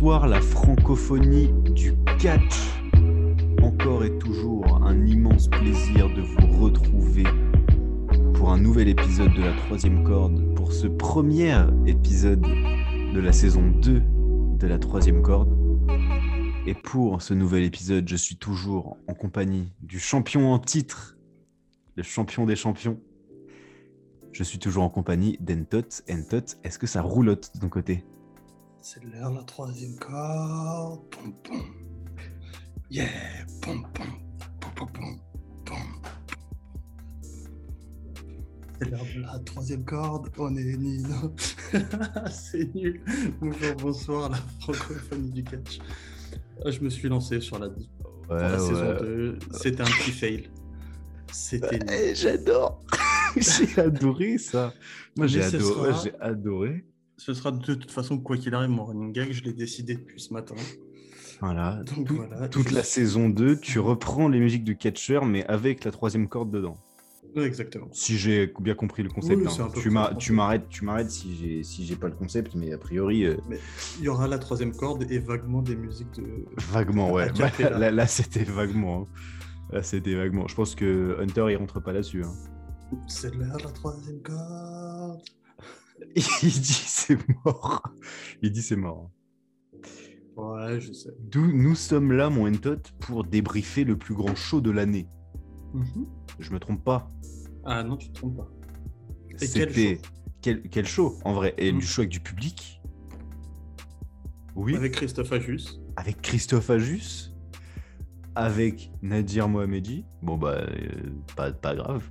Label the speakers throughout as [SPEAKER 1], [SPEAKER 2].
[SPEAKER 1] Bonsoir la francophonie du catch. Encore et toujours un immense plaisir de vous retrouver pour un nouvel épisode de la troisième corde, pour ce premier épisode de la saison 2 de la troisième corde. Et pour ce nouvel épisode, je suis toujours en compagnie du champion en titre, le champion des champions. Je suis toujours en compagnie d'Entot. Entot, est-ce que ça roulotte de ton côté?
[SPEAKER 2] C'est l'heure de la troisième corde. Pom, pom. Yeah, pom, pom, pom, pom, pom, pom. C'est l'heure de la troisième corde. On est Nino. C'est nul. Bonjour, bonsoir, la francophonie du catch. Je me suis lancé sur la saison 2. C'était un petit fail. C'était nul.
[SPEAKER 1] J'adore. J'ai adoré ça. Moi, j'ai adoré.
[SPEAKER 2] Ce sera de toute façon, quoi qu'il arrive, mon running gag, je l'ai décidé depuis ce matin.
[SPEAKER 1] Voilà.
[SPEAKER 2] Donc, voilà.
[SPEAKER 1] Toute la saison 2, tu reprends les musiques du catcher, mais avec la troisième corde dedans.
[SPEAKER 2] Oui, exactement.
[SPEAKER 1] Si j'ai bien compris le concept.
[SPEAKER 2] Oui,
[SPEAKER 1] hein. Tu m'arrêtes si j'ai pas le concept, mais a priori...
[SPEAKER 2] Mais il y aura la troisième corde et vaguement des musiques de...
[SPEAKER 1] Vaguement, ouais. Là, c'était vaguement. Hein. Là, c'était vaguement. Je pense que Hunter, il rentre pas là-dessus. Hein.
[SPEAKER 2] C'est l'heure de la troisième corde.
[SPEAKER 1] Il dit c'est mort.
[SPEAKER 2] Ouais, je sais.
[SPEAKER 1] Nous sommes là, mon Entot, pour débriefer le plus grand show de l'année.
[SPEAKER 2] Mm-hmm.
[SPEAKER 1] Je me trompe pas.
[SPEAKER 2] Ah non, tu te trompes pas. Et
[SPEAKER 1] c'était quel show, en vrai. Et du show avec du public. Oui.
[SPEAKER 2] Avec Christophe Ajus.
[SPEAKER 1] Avec Nadir Mohamedi. Bon, bah, pas grave.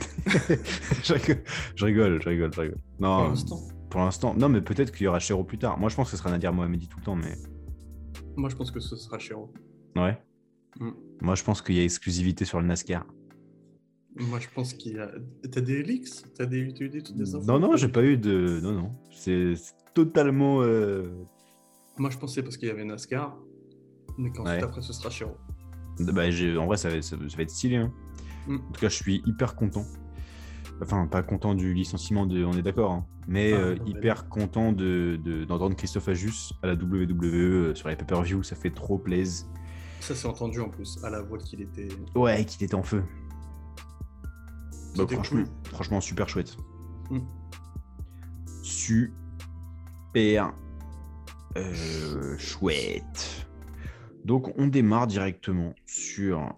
[SPEAKER 1] Je rigole. Non, pour l'instant. Non, mais peut-être qu'il y aura Chéro plus tard. Moi, je pense que ce sera Nadir Mohamedi tout le temps, mais...
[SPEAKER 2] Moi, je pense que ce sera Chéro.
[SPEAKER 1] Ouais. Moi, je pense qu'il y a exclusivité sur le NASCAR.
[SPEAKER 2] Moi, je pense qu'il y a... T'as des leaks? T'as des infos?
[SPEAKER 1] Non, j'ai pas eu de... Non. C'est totalement...
[SPEAKER 2] Moi, je pensais parce qu'il y avait NASCAR, mais qu'ensuite, après, ce sera Chéro.
[SPEAKER 1] Bah, en vrai, ça va être stylé. Hein. En tout cas, je suis hyper content. Enfin, pas content du licenciement, on est d'accord. Hein. Mais hyper content d'entendre Christophe Ajus à la WWE sur les pay-per-view. Ça fait trop plaisir.
[SPEAKER 2] Ça s'est entendu en plus, à la voix qu'il était...
[SPEAKER 1] Ouais, qu'il était en feu. Bah, franchement, super chouette. Super chouette. Donc, on démarre directement sur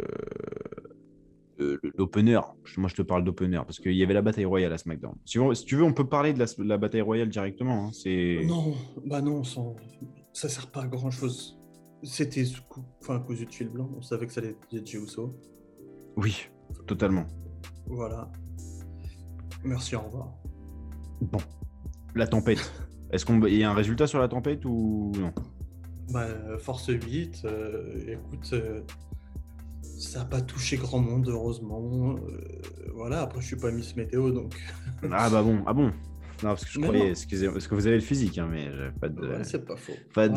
[SPEAKER 1] l'opener. Moi, je te parle d'opener parce qu'il y avait la bataille royale à SmackDown. Si tu veux, on peut parler de la bataille royale directement. Hein.
[SPEAKER 2] Non, ça sert pas à grand-chose. C'était un cousu de fil blanc. On savait que ça allait être Jey Uso.
[SPEAKER 1] Oui, totalement.
[SPEAKER 2] Voilà. Merci, au revoir.
[SPEAKER 1] Bon, la tempête. Est-ce qu'il y a un résultat sur la tempête ou non?
[SPEAKER 2] Force 8, écoute, ça n'a pas touché grand monde, heureusement. Voilà, après, je suis pas Miss Météo, donc...
[SPEAKER 1] Ah bon. Non, parce que je croyais, excusez-moi, parce que vous avez le physique, hein, mais pas de...
[SPEAKER 2] Ouais, c'est pas faux.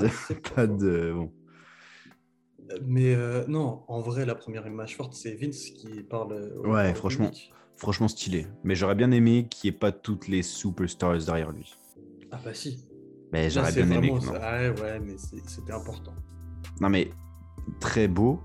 [SPEAKER 1] Bon.
[SPEAKER 2] Mais non, en vrai, la première image forte, c'est Vince qui parle
[SPEAKER 1] ouais, franchement stylé. Mais j'aurais bien aimé qu'il n'y ait pas toutes les superstars derrière lui.
[SPEAKER 2] Ah bah si.
[SPEAKER 1] Mais j'aurais bien aimé que non.
[SPEAKER 2] Ouais, mais c'était important.
[SPEAKER 1] Non mais, très beau,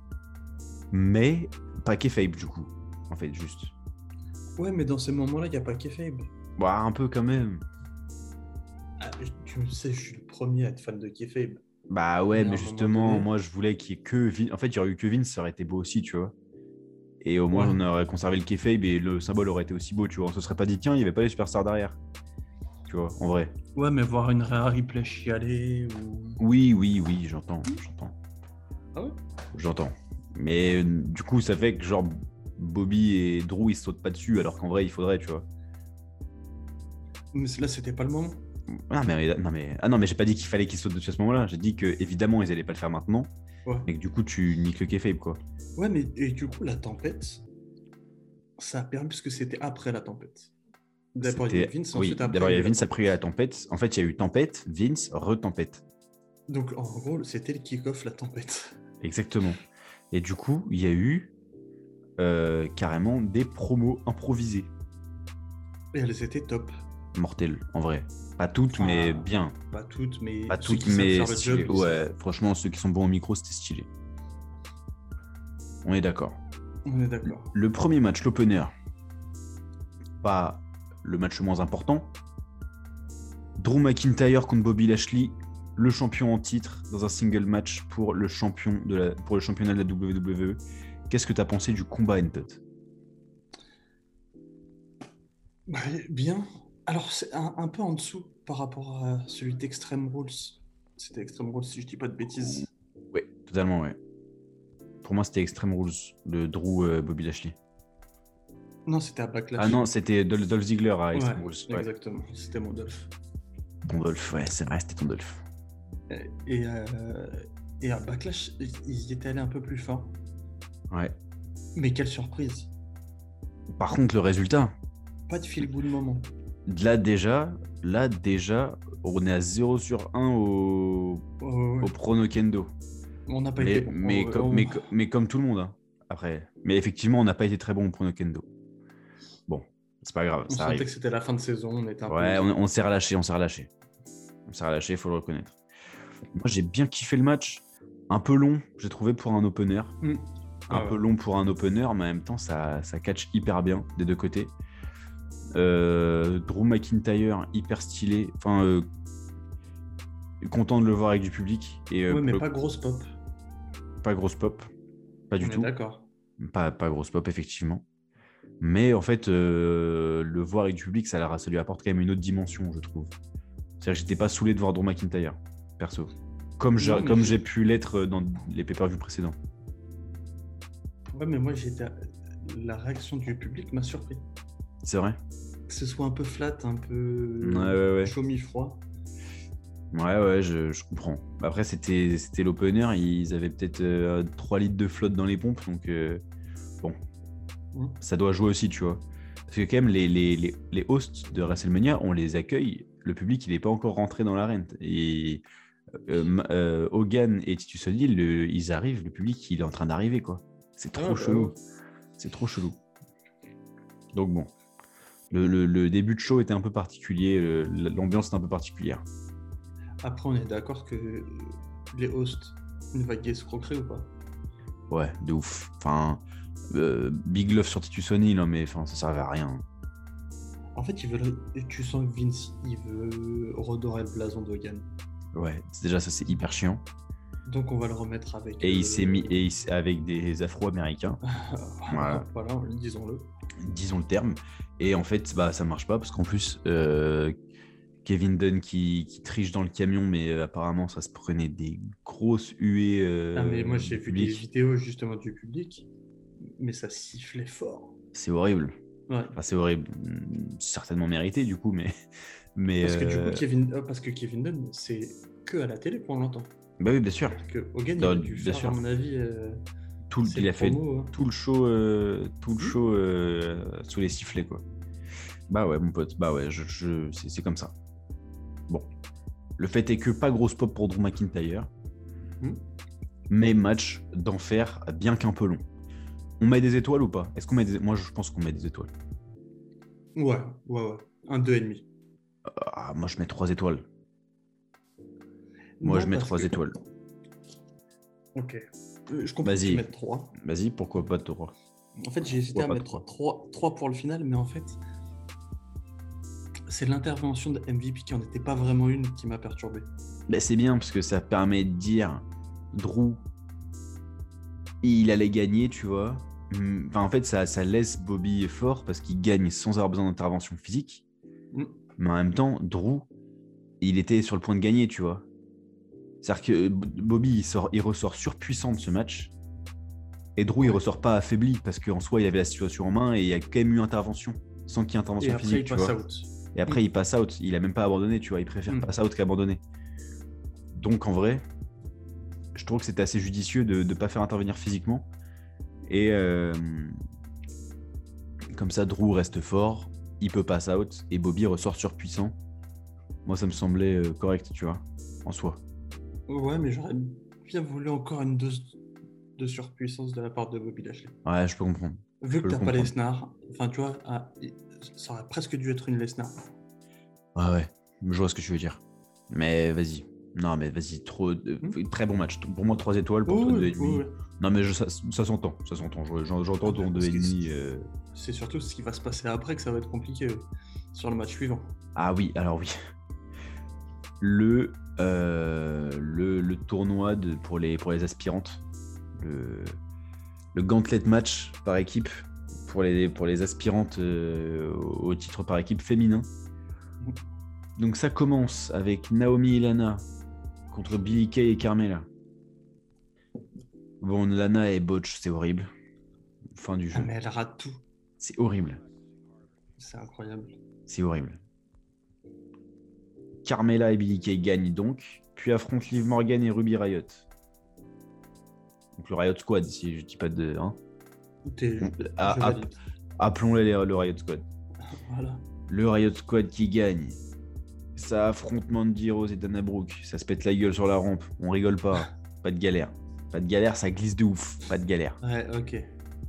[SPEAKER 1] mais pas kayfabe du coup, en fait, juste.
[SPEAKER 2] Ouais, mais dans ces moments-là, il n'y a pas kayfabe.
[SPEAKER 1] Bah, un peu quand même.
[SPEAKER 2] Ah, tu me sais, je suis le premier à être fan de kayfabe.
[SPEAKER 1] Bah ouais, mais justement, moi je voulais qu'il y ait que Vince. En fait, il y aurait eu que Vince, ça aurait été beau aussi, tu vois. Et au moins, on aurait conservé le kayfabe et le symbole aurait été aussi beau, tu vois. On se serait pas dit, tiens, il n'y avait pas les superstars derrière. Tu vois, en vrai.
[SPEAKER 2] Ouais, mais voir une Rhea Ripley chialer ou...
[SPEAKER 1] Oui, j'entends.
[SPEAKER 2] Ah ouais?
[SPEAKER 1] J'entends. Mais du coup, ça fait que genre Bobby et Drew, ils se sautent pas dessus, alors qu'en vrai, il faudrait, tu vois.
[SPEAKER 2] Mais là, c'était pas le moment.
[SPEAKER 1] Ah mais j'ai pas dit qu'il fallait qu'ils sautent dessus à ce moment-là. J'ai dit que évidemment ils allaient pas le faire maintenant, mais que du coup tu niques le kayfabe quoi.
[SPEAKER 2] Ouais, mais et du coup la tempête, ça a permis parce que c'était après la tempête. D'abord il y a Vince, ensuite après.
[SPEAKER 1] D'abord il y a Vince, après il y a la tempête. En fait il y a eu tempête, Vince, retempête.
[SPEAKER 2] Donc en gros c'était le kick-off la tempête.
[SPEAKER 1] Exactement. Et du coup il y a eu carrément des promos improvisées.
[SPEAKER 2] Et elles étaient top.
[SPEAKER 1] mortelles, en vrai. Pas toutes, mais bien.
[SPEAKER 2] Pas toutes, mais
[SPEAKER 1] pas
[SPEAKER 2] ceux
[SPEAKER 1] toutes,
[SPEAKER 2] qui savent
[SPEAKER 1] mais
[SPEAKER 2] faire le
[SPEAKER 1] stylées.
[SPEAKER 2] job,
[SPEAKER 1] Ouais, franchement, ceux qui sont bons au micro, c'était stylé. On est d'accord.
[SPEAKER 2] on est d'accord.
[SPEAKER 1] Le premier match, l'opener, pas le match le moins important. Drew McIntyre contre Bobby Lashley, le champion en titre dans un single match pour le championnat de la WWE. Qu'est-ce que tu as pensé du combat, Entot?
[SPEAKER 2] Bien. Alors, c'est un peu en dessous par rapport à celui d'Extreme Rules. C'était Extreme Rules, si je dis pas de bêtises.
[SPEAKER 1] Ouais, totalement, ouais. Pour moi, c'était Extreme Rules, de Drew Bobby Lashley.
[SPEAKER 2] Non, c'était à Backlash.
[SPEAKER 1] Ah non, c'était Dolph Ziggler à Extreme Rules.
[SPEAKER 2] Ouais, exactement. C'était mon Dolph.
[SPEAKER 1] Ton Dolph, ouais, c'est vrai, c'était ton Dolph.
[SPEAKER 2] Et à Backlash, ils y étaient allés un peu plus fort.
[SPEAKER 1] Ouais.
[SPEAKER 2] Mais quelle surprise.
[SPEAKER 1] Par contre, le résultat,
[SPEAKER 2] Pas de feel-good moment.
[SPEAKER 1] là déjà, on est à 0 sur 1 au prono kendo.
[SPEAKER 2] On n'a pas été bon.
[SPEAKER 1] Mais comme tout le monde, hein, après. Mais effectivement, on n'a pas été très bon au prono kendo. Bon, c'est pas grave,
[SPEAKER 2] on
[SPEAKER 1] ça
[SPEAKER 2] sentait
[SPEAKER 1] arrive.
[SPEAKER 2] que c'était la fin de saison, on était un peu...
[SPEAKER 1] Ouais, on s'est relâché. On s'est relâché, il faut le reconnaître. Moi, j'ai bien kiffé le match. Un peu long, j'ai trouvé, pour un opener. Un peu long pour un opener, mais en même temps, ça catch hyper bien des deux côtés. Drew McIntyre, hyper stylé. Enfin, content de le voir avec du public.
[SPEAKER 2] Ouais, mais pas grosse pop.
[SPEAKER 1] Pas grosse pop. Pas du tout.
[SPEAKER 2] D'accord.
[SPEAKER 1] Pas grosse pop, effectivement. Mais en fait, le voir avec du public, ça lui apporte quand même une autre dimension, je trouve. C'est-à-dire que j'étais pas saoulé de voir Drew McIntyre, perso. Comme j'ai pu l'être dans les pay-per-view précédents.
[SPEAKER 2] Ouais, mais moi, la réaction du public m'a surpris.
[SPEAKER 1] C'est vrai?
[SPEAKER 2] Que ce soit un peu flat, un peu chaud mi-froid.
[SPEAKER 1] Ouais, je comprends. Après, c'était l'opener, ils avaient peut-être 3 litres de flotte dans les pompes, donc bon, ça doit jouer aussi, tu vois. Parce que quand même, les hosts de WrestleMania, on les accueille, le public, il n'est pas encore rentré dans l'arène. Et Hogan et Titus O'Neil, ils arrivent, le public, il est en train d'arriver, quoi. C'est trop chelou. C'est trop chelou. Donc bon, le début de show était un peu particulier, l'ambiance est un peu particulière.
[SPEAKER 2] Après, on est d'accord que les hosts, une vague escroquerie ou pas?
[SPEAKER 1] Ouais, de ouf. Enfin, Big Love sur Titus O'Neil, non mais ça servait à rien.
[SPEAKER 2] En fait, tu sens que Vince, il veut redorer le blason de Hogan.
[SPEAKER 1] Ouais, déjà ça c'est hyper chiant.
[SPEAKER 2] Donc on va le remettre avec...
[SPEAKER 1] Et il s'est mis avec des Afro-Américains.
[SPEAKER 2] Voilà, disons-le.
[SPEAKER 1] Disons le terme. Et en fait, ça marche pas parce qu'en plus, Kevin Dunn qui triche dans le camion, mais apparemment ça se prenait des grosses huées.
[SPEAKER 2] Mais moi j'ai vu des vidéos justement du public, mais ça sifflait fort.
[SPEAKER 1] C'est horrible.
[SPEAKER 2] Ouais.
[SPEAKER 1] Enfin, c'est horrible. Certainement mérité du coup, mais
[SPEAKER 2] parce que du coup, Kevin Dunn, c'est que à la télé qu'on l'entend.
[SPEAKER 1] Bah oui, bien sûr.
[SPEAKER 2] Que Hogan, il a dû faire, à mon avis,
[SPEAKER 1] il a fait tout le show, sous les sifflets, quoi. Bah ouais, mon pote. Bah ouais, c'est comme ça. Bon. Le fait est que pas grosse pop pour Drew McIntyre, mais match d'enfer, bien qu'un peu long. On met des étoiles ou pas? Est-ce qu'on met des... Moi, je pense qu'on met des étoiles.
[SPEAKER 2] Ouais. Un 2,5.
[SPEAKER 1] Moi, je mets 3 étoiles. Moi, je mets 3 étoiles.
[SPEAKER 2] Ok. Je comprends que tu mettes 3.
[SPEAKER 1] Vas-y, pourquoi pas 3?
[SPEAKER 2] En fait, j'ai hésité à mettre 3 pour le final, mais en fait, c'est l'intervention de MVP qui en était pas vraiment une qui m'a perturbé.
[SPEAKER 1] Bah, c'est bien, parce que ça permet de dire Drew, il allait gagner, tu vois. Enfin, en fait, ça laisse Bobby fort parce qu'il gagne sans avoir besoin d'intervention physique. Mais en même temps, Drew, il était sur le point de gagner, tu vois. C'est-à-dire que Bobby, il ressort surpuissant de ce match. Et Drew, il ressort pas affaibli parce qu'en soi, il avait la situation en main et il y a quand même eu intervention sans qu'il y ait intervention physique, tu vois. Et après, il passe out. Il a même pas abandonné, tu vois. Il préfère pass out qu'abandonner. Donc, en vrai, je trouve que c'était assez judicieux de ne pas faire intervenir physiquement. Et comme ça, Drew reste fort. Il peut pass out et Bobby ressort surpuissant. Moi, ça me semblait correct, tu vois, en soi.
[SPEAKER 2] Ouais, mais j'aurais bien voulu encore une dose de surpuissance de la part de Bobby Lashley.
[SPEAKER 1] Ouais, je peux comprendre.
[SPEAKER 2] Vu que t'as pas Lesnar, enfin, tu vois, ça aurait presque dû être une Lesnar.
[SPEAKER 1] Ah ouais, je vois ce que tu veux dire. Mais vas-y. Non, mais vas-y, très bon match. Pour moi, 3 étoiles, pour toi,
[SPEAKER 2] Oui,
[SPEAKER 1] 2,5.
[SPEAKER 2] oui, oui.
[SPEAKER 1] Non, mais ça s'entend. Ça s'entend. J'entends ton
[SPEAKER 2] Parce que
[SPEAKER 1] 2,5.
[SPEAKER 2] c'est surtout ce qui va se passer après que ça va être compliqué sur le match suivant.
[SPEAKER 1] Ah oui, alors oui. Le tournoi pour les aspirantes. Le gauntlet match par équipe pour les aspirantes au titre par équipe féminin. Donc ça commence avec Naomi et Lana contre Billie Kay et Carmella. Bon, Lana et botch, c'est horrible. Fin du jeu.
[SPEAKER 2] Ah, mais elle rate tout.
[SPEAKER 1] C'est horrible.
[SPEAKER 2] C'est incroyable.
[SPEAKER 1] C'est horrible. Carmella et Billie Kay gagnent donc, puis affrontent Liv Morgan et Ruby Riott. Donc le Riott Squad, si je dis pas de... Hein. Appelons-les le Riott Squad.
[SPEAKER 2] Voilà.
[SPEAKER 1] Le Riott Squad qui gagne. Ça affronte Mandy Rose et Dana Brooke. Ça se pète la gueule sur la rampe. On rigole pas. Pas de galère. Pas de galère, ça glisse de ouf. Pas de galère.
[SPEAKER 2] Ouais, ok.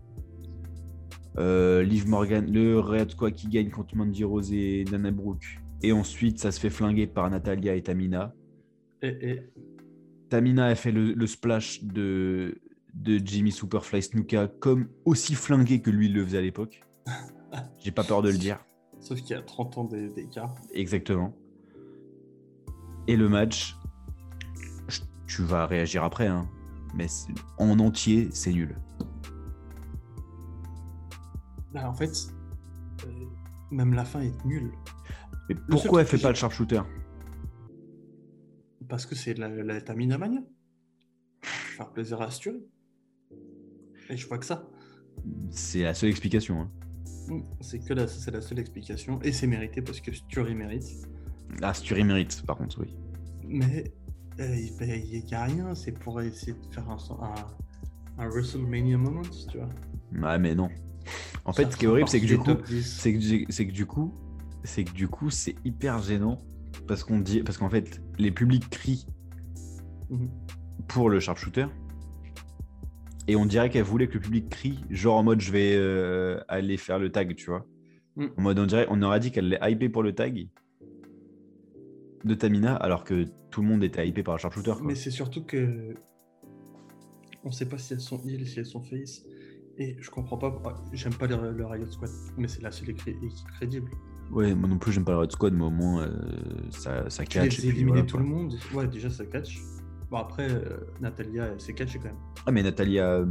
[SPEAKER 1] Liv Morgan, le Riott Squad qui gagne contre Mandy Rose et Dana Brooke. Et ensuite, ça se fait flinguer par Natalya et Tamina. Tamina a fait le splash de Jimmy Superfly Snuka comme aussi flingué que lui le faisait à l'époque. J'ai pas peur de le dire.
[SPEAKER 2] Sauf qu'il y a 30 ans d'écart.
[SPEAKER 1] Exactement. Et le match, tu vas réagir après, hein, mais en entier, c'est nul.
[SPEAKER 2] Bah, en fait, même la fin est nulle.
[SPEAKER 1] Mais pourquoi elle fait pas le sharpshooter?
[SPEAKER 2] Parce que c'est la Tamina Mania. Faire plaisir à Astury. Et je vois que ça.
[SPEAKER 1] C'est la seule explication. Hein.
[SPEAKER 2] C'est la seule explication. Et c'est mérité parce que Astury mérite.
[SPEAKER 1] Astury mérite, par contre, oui.
[SPEAKER 2] Mais il n'y a rien. C'est pour essayer de faire un WrestleMania moment, tu vois.
[SPEAKER 1] Ouais, mais non. En fait, ce qui est horrible, c'est que du coup, c'est hyper gênant parce qu'en fait, les publics crient pour le sharpshooter et on dirait qu'elle voulait que le public crie, genre en mode je vais aller faire le tag, tu vois. En mode on aurait dit qu'elle l'ait hypé pour le tag de Tamina alors que tout le monde était hypé par le sharpshooter. Quoi.
[SPEAKER 2] Mais c'est surtout que on sait pas si elles sont heal, si elles sont face. Et je comprends pas, j'aime pas le Riott Squad, mais c'est la seule équipe crédible.
[SPEAKER 1] Ouais, moi non plus j'aime pas le Riott Squad, mais au moins ça catch.
[SPEAKER 2] Tu les éliminer tout le monde, ouais déjà ça catch. Bon après, Natalya, elle s'est catchée quand même.
[SPEAKER 1] Ah mais Natalya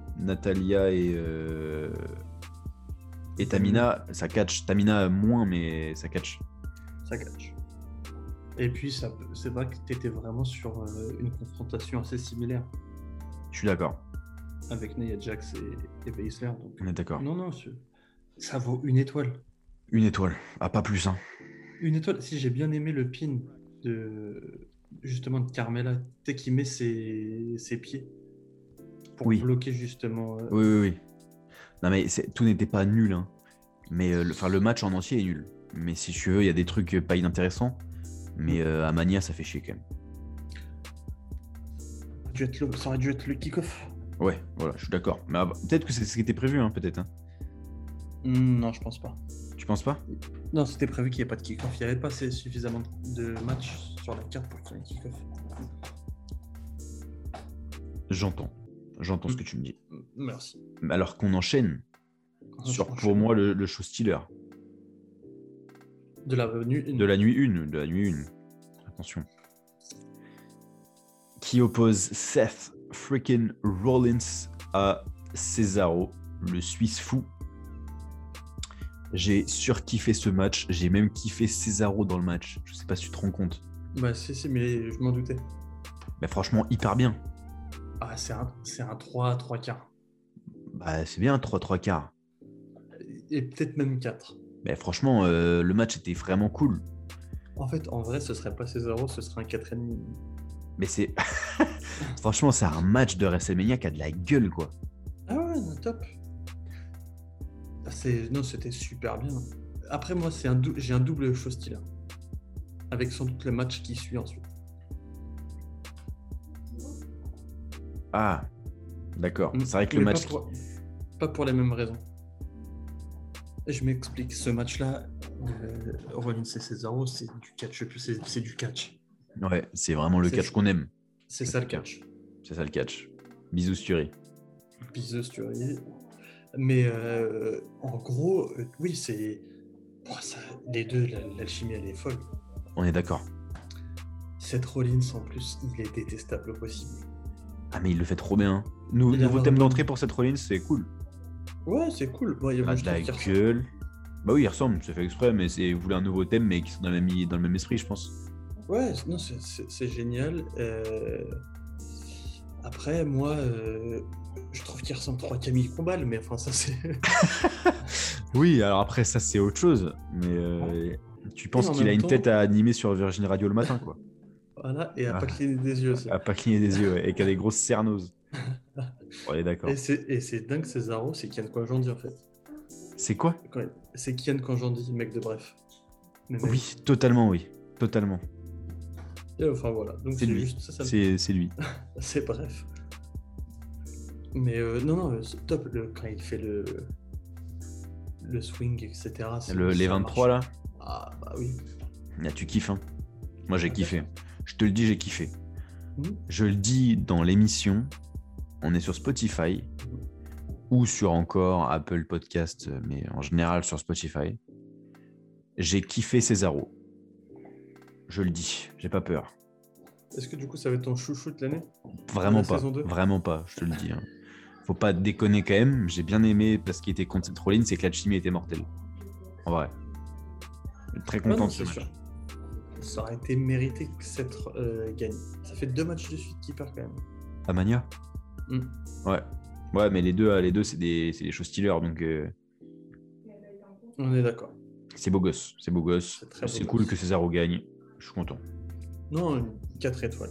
[SPEAKER 1] et Tamina, ça catch. Tamina moins, mais ça catch.
[SPEAKER 2] Ça catch. Et puis c'est vrai que t'étais vraiment sur une confrontation assez similaire.
[SPEAKER 1] Je suis d'accord.
[SPEAKER 2] Avec Nia Jax et Baszler. Donc...
[SPEAKER 1] On est d'accord.
[SPEAKER 2] Non, ça vaut 1 étoile.
[SPEAKER 1] 1 étoile, ah pas plus. Hein.
[SPEAKER 2] 1 étoile, si j'ai bien aimé le pin justement de Carmella, qui met ses pieds pour bloquer justement.
[SPEAKER 1] Oui. Non mais tout n'était pas nul, hein. Mais le match en entier est nul. Mais si tu veux, il y a des trucs pas inintéressants. Mais à Mania, ça fait chier quand même.
[SPEAKER 2] Ça aurait dû être le kick-off.
[SPEAKER 1] Ouais, voilà, je suis d'accord. Mais peut-être que c'est ce qui était prévu, hein, peut-être. Hein.
[SPEAKER 2] Non, je pense pas.
[SPEAKER 1] Tu penses pas?
[SPEAKER 2] Non, c'était prévu qu'il n'y ait pas de kick-off. Il n'y avait pas suffisamment de matchs sur la carte pour qu'il y ait un kick-off.
[SPEAKER 1] J'entends ce que tu me dis.
[SPEAKER 2] Merci.
[SPEAKER 1] Alors qu'on enchaîne sur, pour moi, le show stealer.
[SPEAKER 2] De la
[SPEAKER 1] nuit 1. Attention. Qui oppose Seth freaking Rollins à Cesaro, le Suisse fou. J'ai surkiffé ce match. J'ai même kiffé Cesaro dans le match. Je sais pas si tu te rends compte.
[SPEAKER 2] Bah si, mais je m'en doutais.
[SPEAKER 1] Mais franchement, hyper bien.
[SPEAKER 2] Ah, c'est un 3 quarts.
[SPEAKER 1] Bah c'est bien, 3 quarts.
[SPEAKER 2] Et peut-être même 4.
[SPEAKER 1] Mais franchement, le match était vraiment cool.
[SPEAKER 2] En fait, en vrai, ce serait pas Cesaro, ce serait un 4,5.
[SPEAKER 1] Mais c'est... Franchement, c'est un match de WrestleMania qui a de la gueule, quoi.
[SPEAKER 2] Ah ouais, top. Non, c'était super bien. Après, moi, j'ai un double show stealer. Avec sans doute le match qui suit ensuite.
[SPEAKER 1] Ah, d'accord. C'est vrai que le match...
[SPEAKER 2] Pas pour les mêmes raisons. Je m'explique. Ce match-là, Rollins et Cesaro, c'est du catch. C'est du catch.
[SPEAKER 1] Ouais, c'est vraiment le catch qu'on aime.
[SPEAKER 2] C'est ça le catch.
[SPEAKER 1] C'est ça le catch. Bisous Sturie.
[SPEAKER 2] Bisous Sturie. Mais en gros, oui, c'est... les deux, l'alchimie, elle est folle.
[SPEAKER 1] On est d'accord.
[SPEAKER 2] Seth Rollins, en plus, il est détestable au possible.
[SPEAKER 1] Ah, mais il le fait trop bien. Nouveau thème d'entrée pour Seth Rollins, c'est cool.
[SPEAKER 2] Ouais, c'est cool. Bon, il y a
[SPEAKER 1] de la gueule. Bah oui, il ressemble, c'est fait exprès, mais vous voulez un nouveau thème, mais qui sont dans le même esprit, je pense.
[SPEAKER 2] Ouais, non, c'est génial. Après, moi, je trouve qu'il ressemble trop à Camille Combal, mais enfin, ça, c'est...
[SPEAKER 1] Oui, alors après, ça, c'est autre chose. Mais tu penses qu'il a une tête à animer sur Virgin Radio le matin, quoi.
[SPEAKER 2] Voilà, et à pas cligner des yeux aussi.
[SPEAKER 1] À pas cligner des yeux, ouais, et qui a des grosses cernoses. On est d'accord.
[SPEAKER 2] Et c'est dingue, Cesaro, c'est Kian Kojandi, en fait.
[SPEAKER 1] C'est quoi ?
[SPEAKER 2] C'est Kian Kojandi, mec de Bref.
[SPEAKER 1] Oui, totalement, oui. Totalement.
[SPEAKER 2] Et enfin, voilà. Donc,
[SPEAKER 1] c'est lui.
[SPEAKER 2] Juste, ça
[SPEAKER 1] c'est lui.
[SPEAKER 2] C'est Bref. Mais non, c'est top quand il fait le swing, etc.
[SPEAKER 1] Les 23, là ?
[SPEAKER 2] Ah, bah oui.
[SPEAKER 1] Là, tu kiffes, hein. Moi, j'ai kiffé. Je te le dis, j'ai kiffé. Je le dis dans l'émission, on est sur Spotify ou sur encore Apple Podcast, mais en général sur Spotify. J'ai kiffé Cesaro. Je le dis, j'ai pas peur.
[SPEAKER 2] Est-ce que du coup ça va être ton chouchou de l'année ?
[SPEAKER 1] Vraiment pas, je te le dis. Hein. Faut pas déconner quand même, j'ai bien aimé parce qu'il était contre Seth Rollins, c'est que la chimie était mortelle. En vrai. Je suis très content de ce match. Sûr.
[SPEAKER 2] Ça aurait été mérité que Seth gagne. Ça fait 2 matchs de suite qu'il perd quand même.
[SPEAKER 1] À Mania ? Ouais, mais les deux c'est des show stealers, donc...
[SPEAKER 2] On est d'accord.
[SPEAKER 1] C'est beau gosse. C'est cool que Cesaro gagne. Je suis content.
[SPEAKER 2] Non, 4 étoiles.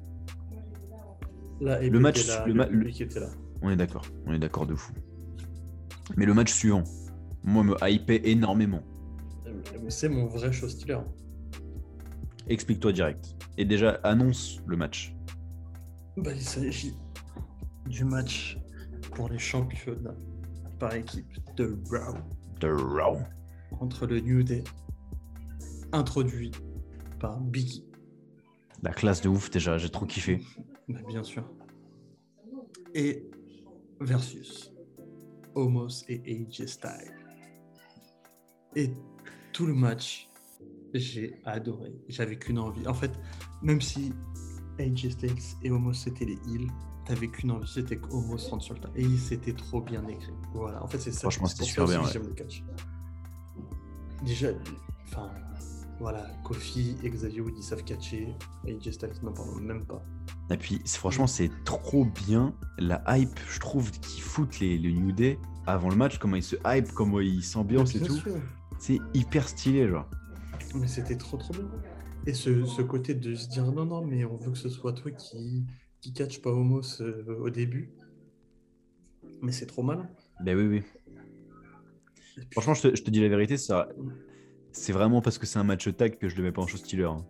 [SPEAKER 2] Là,
[SPEAKER 1] le match,
[SPEAKER 2] qui était là.
[SPEAKER 1] On est d'accord de fou. Mais le match suivant, moi, me hypait énormément.
[SPEAKER 2] C'est mon vrai show stealer.
[SPEAKER 1] Explique-toi direct. Et déjà, annonce le match.
[SPEAKER 2] Bah, il s'agit du match pour les championnats par équipe de Raw. Entre le New Day, introduit par Biggie.
[SPEAKER 1] La classe de ouf déjà, j'ai trop kiffé.
[SPEAKER 2] Bah, bien sûr. Et versus Omos et AJ Styles. Et tout le match, j'ai adoré. J'avais qu'une envie. En fait, même si AJ Styles et Omos c'était les heels, t'avais qu'une envie, c'était qu'Omos rentre sur le tas. Et c'était trop bien écrit. Voilà, en fait, c'est ça.
[SPEAKER 1] Franchement, c'était super bien.
[SPEAKER 2] J'aime le catch. Déjà, enfin, voilà, Kofi et Xavier Wood, ils savent catcher. AJ Styles, n'en parlons même pas.
[SPEAKER 1] Et puis, franchement, c'est trop bien la hype, je trouve, qu'ils foutent le New Day avant le match, comment ils se hype, comment ils s'ambiancent et tout. Sûr. C'est hyper stylé, genre.
[SPEAKER 2] Mais c'était trop bien. Et ce côté de se dire non, mais on veut que ce soit toi qui catch pas Omos au début. Mais c'est trop malin.
[SPEAKER 1] Ben oui. Puis... Franchement, je te dis la vérité, c'est vraiment parce que c'est un match tag que je le mets pas en show stealer. Hein.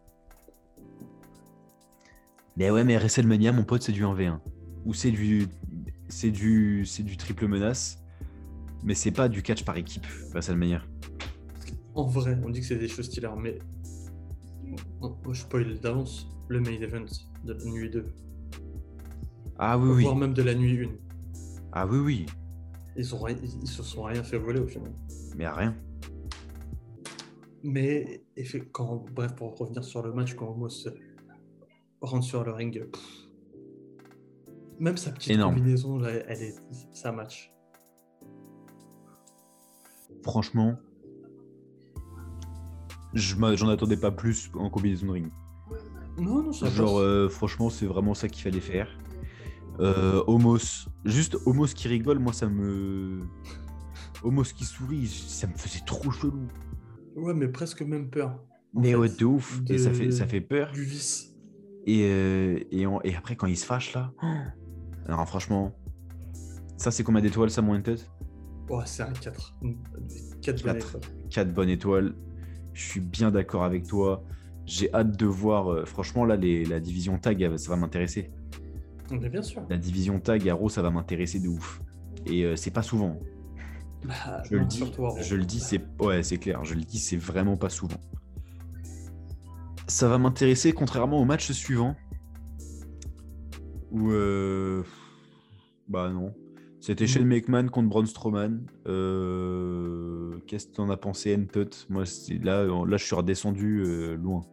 [SPEAKER 1] Mais ouais, mais WrestleMania, mon pote, c'est du 1v1. Ou c'est du triple menace, mais c'est pas du catch par équipe, WrestleMania.
[SPEAKER 2] En vrai, on dit que c'est des show stealers, mais je spoil d'avance le main event de la nuit 2.
[SPEAKER 1] Ah oui.
[SPEAKER 2] Voire même de la nuit 1.
[SPEAKER 1] Ah oui.
[SPEAKER 2] Ils se sont rien fait voler au final.
[SPEAKER 1] Mais à rien.
[SPEAKER 2] Mais bref, pour revenir sur le match, quand Omos rentre sur le ring, même sa petite combinaison, là, ça match.
[SPEAKER 1] Franchement, j'en attendais pas plus en combinaison de ring.
[SPEAKER 2] Non, ça
[SPEAKER 1] genre, franchement, c'est vraiment ça qu'il fallait faire. Omos qui rigole, moi ça me... Omos qui sourit, ça me faisait trop chelou.
[SPEAKER 2] Ouais, mais presque même peur.
[SPEAKER 1] Mais ouais, de ouf. Et ça fait peur.
[SPEAKER 2] Du vice.
[SPEAKER 1] Et après, quand il se fâche, là... Alors, franchement... Ça, c'est combien d'étoiles, ça, moins tête ?
[SPEAKER 2] Ouais, c'est un 4. 4 bonnes étoiles.
[SPEAKER 1] 4 bonnes étoiles. Je suis bien d'accord avec toi. J'ai hâte de voir... franchement, là, la division tag, ça va m'intéresser.
[SPEAKER 2] Mais bien sûr.
[SPEAKER 1] La division tag à Raw, ça va m'intéresser de ouf. Et c'est pas souvent.
[SPEAKER 2] Bah,
[SPEAKER 1] Je
[SPEAKER 2] non,
[SPEAKER 1] le dis,
[SPEAKER 2] surtout à
[SPEAKER 1] je le dis,
[SPEAKER 2] Rome.
[SPEAKER 1] c'est clair. Je le dis, c'est vraiment pas souvent. Ça va m'intéresser, contrairement au match suivant, où bah non, c'était Shane McMahon contre Braun Strowman. Qu'est-ce que t'en as pensé, N-Tut? Moi, là, je suis redescendu loin.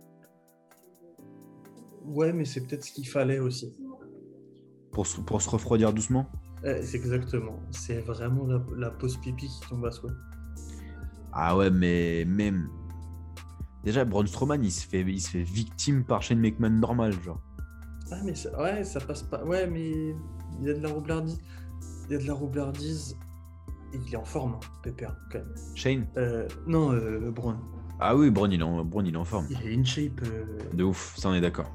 [SPEAKER 2] Ouais, mais c'est peut-être ce qu'il fallait aussi.
[SPEAKER 1] Pour se refroidir doucement.
[SPEAKER 2] C'est exactement. C'est vraiment la pause pipi qui tombe à souhait.
[SPEAKER 1] Ah ouais, mais même. Déjà, Braun Strowman, il se fait victime par Shane McMahon normal, genre.
[SPEAKER 2] Ah, mais ouais, ça passe pas. Ouais, mais il y a de la roublardise. Il y a de la roublardise. Et il est en forme, hein, Pépère, quand même.
[SPEAKER 1] Shane?
[SPEAKER 2] Non, Braun.
[SPEAKER 1] Ah oui, Braun, il est en forme.
[SPEAKER 2] Il a une shape.
[SPEAKER 1] De ouf, ça, on est d'accord.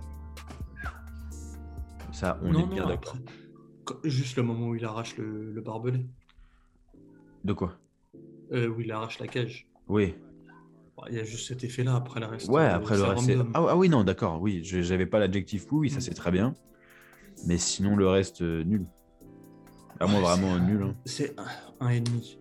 [SPEAKER 1] Ça, on est bien d'accord.
[SPEAKER 2] Juste le moment où il arrache le barbelé.
[SPEAKER 1] De quoi?
[SPEAKER 2] Où il arrache la cage.
[SPEAKER 1] Oui.
[SPEAKER 2] Il y a juste cet effet-là, après le reste.
[SPEAKER 1] Ouais, après le reste, c'est...
[SPEAKER 2] random.
[SPEAKER 1] Ah oui, non, d'accord, oui, j'avais pas l'adjectif oui, ça c'est très bien. Mais sinon, le reste, nul. Ah, moi, vraiment nul. Hein.
[SPEAKER 2] C'est 1,5.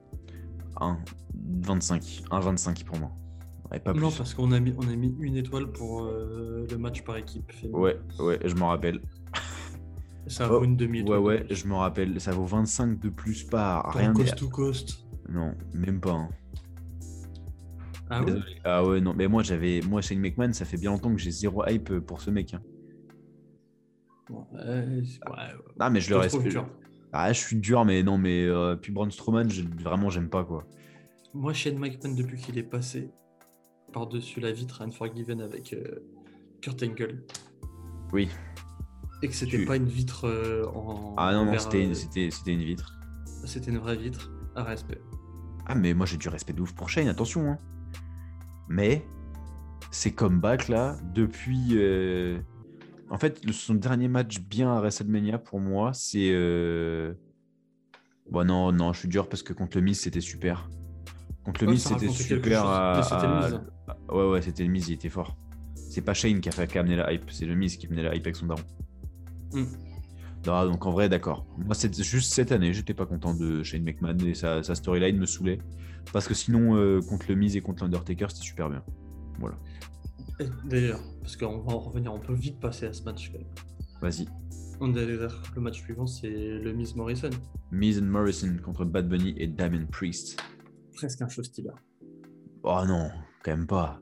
[SPEAKER 1] 1,25. 1,25 pour moi. Ouais, pas
[SPEAKER 2] Non,
[SPEAKER 1] plus.
[SPEAKER 2] parce qu'on a mis une étoile pour le match par équipe.
[SPEAKER 1] Ouais, je m'en rappelle.
[SPEAKER 2] Ça vaut une demi-étoile.
[SPEAKER 1] Ouais, je me rappelle. Ça vaut 25 de plus par
[SPEAKER 2] pour
[SPEAKER 1] rien.
[SPEAKER 2] Coast to coast.
[SPEAKER 1] Non, même pas. Hein.
[SPEAKER 2] Ah ouais?
[SPEAKER 1] Ah ouais, non, mais moi, Shane McMahon, ça fait bien longtemps que j'ai zéro hype pour ce mec. Hein.
[SPEAKER 2] Ouais.
[SPEAKER 1] Ah, mais je le respecte. Ah, je suis dur, mais non, mais puis Braun Strowman, vraiment, j'aime pas, quoi.
[SPEAKER 2] Moi, Shane McMahon, depuis qu'il est passé par-dessus la vitre à Unforgiven avec Kurt Angle.
[SPEAKER 1] Oui.
[SPEAKER 2] Et que c'était pas une vitre en...
[SPEAKER 1] Ah non, c'était une vitre.
[SPEAKER 2] C'était une vraie vitre, à respect.
[SPEAKER 1] Ah, mais moi, j'ai du respect de ouf pour Shane, attention. Hein. Mais, ses comebacks, là, depuis... En fait, son dernier match bien à WrestleMania, pour moi, c'est... Bon, non, je suis dur, parce que contre le Miz, c'était super. Contre le Miz, c'était super.
[SPEAKER 2] C'était le Miz.
[SPEAKER 1] Ouais, c'était le Miz, il était fort. C'est pas Shane qui a amené la hype, c'est le Miz qui a amené la hype avec son daron. Non, donc en vrai, d'accord. Moi, c'est juste cette année, j'étais pas content de Shane McMahon et sa storyline me saoulait. Parce que sinon, contre le Miz et contre l'Undertaker, c'était super bien. Voilà.
[SPEAKER 2] Et d'ailleurs, parce qu'on va en revenir, on peut vite passer à ce match quand même.
[SPEAKER 1] Vas-y.
[SPEAKER 2] Le match suivant, c'est le Miz Morrison.
[SPEAKER 1] Miz and Morrison contre Bad Bunny et Damien Priest.
[SPEAKER 2] Presque un show stealer.
[SPEAKER 1] Oh non, quand même pas.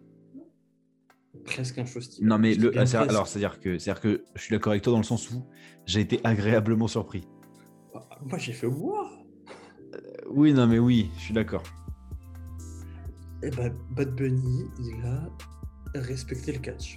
[SPEAKER 2] Presque un show stealer.
[SPEAKER 1] Non, mais c'est-à-dire que je suis d'accord avec toi dans le sens où j'ai été agréablement surpris.
[SPEAKER 2] Moi, j'ai fait wow.
[SPEAKER 1] Oui, non, mais oui, je suis d'accord.
[SPEAKER 2] Et Bad Bunny, il a respecté le catch.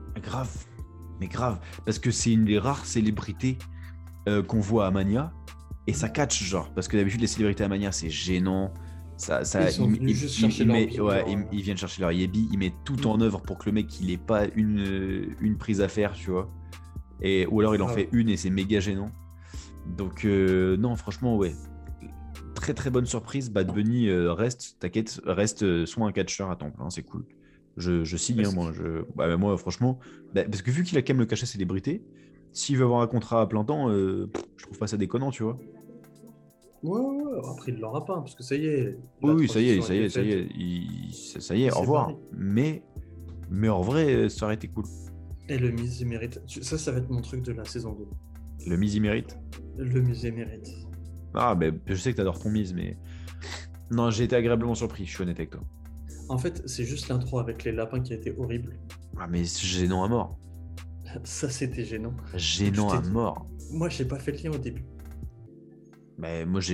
[SPEAKER 1] Grave, parce que c'est une des rares célébrités qu'on voit à Mania, et ça catch, genre, parce que d'habitude les célébrités à Mania c'est gênant, ils viennent chercher leur yébi, ils mettent tout en œuvre pour que le mec il ait pas une prise à faire, tu vois, ou alors il en fait une et c'est méga gênant. Donc non, franchement, ouais, très très bonne surprise. Bad Bunny reste soit un catcheur à temps plein, c'est cool. Je signe, hein, moi. Moi, franchement, parce que vu qu'il a quand même le cachet célébrité, s'il veut avoir un contrat à plein temps, je trouve pas ça déconnant, tu vois.
[SPEAKER 2] Ouais, après il l'aura pas, parce que ça y est.
[SPEAKER 1] Oui, ça y est, au revoir. Mais en vrai, ça aurait été cool.
[SPEAKER 2] Et le Miz, il mérite. Ça va être mon truc de la saison 2.
[SPEAKER 1] Le Miz, il mérite.
[SPEAKER 2] Le Miz, il mérite.
[SPEAKER 1] Ah, mais je sais que t'adores ton Miz, mais... Non, j'ai été agréablement surpris, je suis honnête avec toi.
[SPEAKER 2] En fait, c'est juste l'intro avec les lapins qui a été horrible.
[SPEAKER 1] Ah, mais c'est gên侬à mort.
[SPEAKER 2] Ça, c'était gênant.
[SPEAKER 1] Gênant à mort.
[SPEAKER 2] Moi, j'ai pas fait le lien au début.
[SPEAKER 1] Mais moi,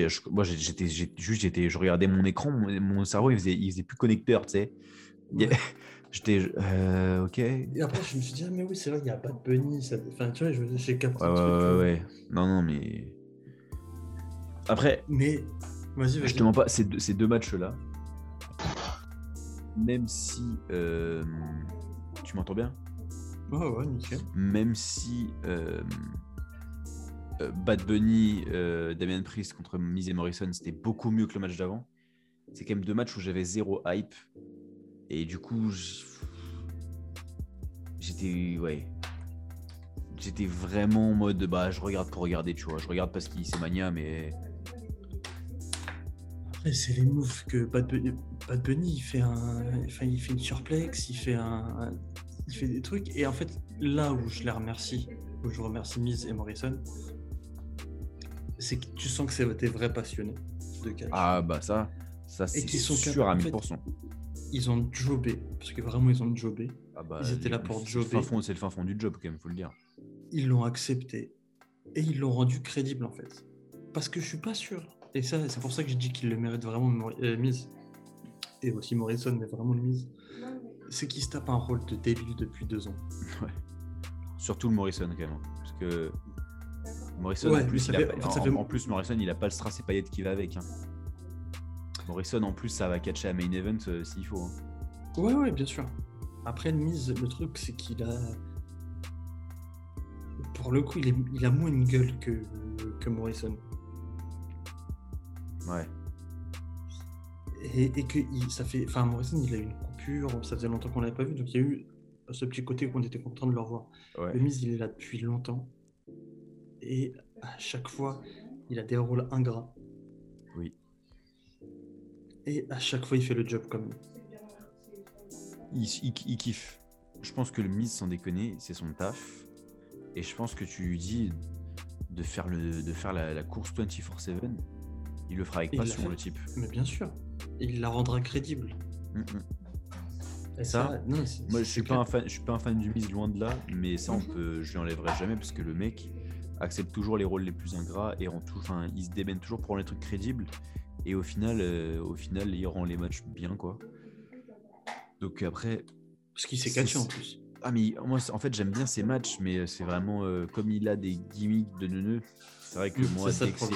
[SPEAKER 1] je regardais mon écran, mon cerveau, il faisait plus connecteur, tu sais. Ouais. J'étais... ok.
[SPEAKER 2] Et après, je me suis dit, mais oui, c'est vrai, il y a pas de Bunny. Enfin, tu vois, j'ai capté le
[SPEAKER 1] truc. Ouais. Non, mais... Après...
[SPEAKER 2] Mais... Vas-y.
[SPEAKER 1] Je te mens pas, ces deux matchs-là, même si... tu m'entends bien?
[SPEAKER 2] Ouais, nickel.
[SPEAKER 1] Même si... Bad Bunny, Damien Priest contre Miz et Morrison, c'était beaucoup mieux que le match d'avant. C'est quand même deux matchs où j'avais zéro hype. Et du coup, j'étais vraiment en mode, je regarde pour regarder, tu vois. Je regarde parce qu'il c'est Mania, mais
[SPEAKER 2] Après, c'est les moves que Bad Bunny il fait une surplex, il fait des trucs. Et en fait, là où je remercie Miz et Morrison, c'est que tu sens que c'est des vrais passionnés de catch.
[SPEAKER 1] Ah bah ça c'est sûr à 1000%.
[SPEAKER 2] Ils ont jobé, parce que vraiment ils ont jobé.
[SPEAKER 1] Ah bah,
[SPEAKER 2] ils étaient là pour jobber.
[SPEAKER 1] C'est le fin fond du job quand même, faut le dire.
[SPEAKER 2] Ils l'ont accepté et ils l'ont rendu crédible en fait. Parce que je suis pas sûr. Et ça, c'est pour ça que je dis qu'il le mérite vraiment, Miz. Et aussi Morrison, mais vraiment le Miz. C'est qu'il se tape un rôle de débile depuis 2 ans.
[SPEAKER 1] Ouais. Surtout le Morrison quand même. Parce que Morrison,
[SPEAKER 2] ouais,
[SPEAKER 1] en plus, Morrison, il a pas le strass et paillettes qui va avec. Hein. Morrison, en plus, ça va catcher à main event s'il faut. Hein.
[SPEAKER 2] Ouais, bien sûr. Après, le Miz, le truc, c'est qu'il a... Pour le coup, il a moins une gueule que Morrison.
[SPEAKER 1] Ouais.
[SPEAKER 2] Et que ça fait... Enfin, Morrison, il a eu une coupure, ça faisait longtemps qu'on l'avait pas vu, donc il y a eu ce petit côté où on était content de le revoir.
[SPEAKER 1] Ouais.
[SPEAKER 2] Le Miz, il est là depuis longtemps. Et à chaque fois, il a des rôles ingrats.
[SPEAKER 1] Oui.
[SPEAKER 2] Et à chaque fois, il fait le job comme
[SPEAKER 1] il kiffe. Je pense que le Miz, sans déconner, c'est son taf. Et je pense que tu lui dis de faire la course 24/7, il le fera avec passion, le type.
[SPEAKER 2] Mais bien sûr. Et il la rendra crédible.
[SPEAKER 1] Et ça, non, moi je suis pas un fan du Miz, loin de là, mais ça je lui enlèverai jamais parce que le mec accepte toujours les rôles les plus ingrats et il se démène toujours pour rendre les trucs crédibles et au final il rend les matchs bien quoi. Donc après
[SPEAKER 2] parce qu'il s'est catché en plus.
[SPEAKER 1] Ah mais moi en fait j'aime bien ces matchs, mais c'est vraiment comme il a des gimmicks de neuneux. C'est vrai que moi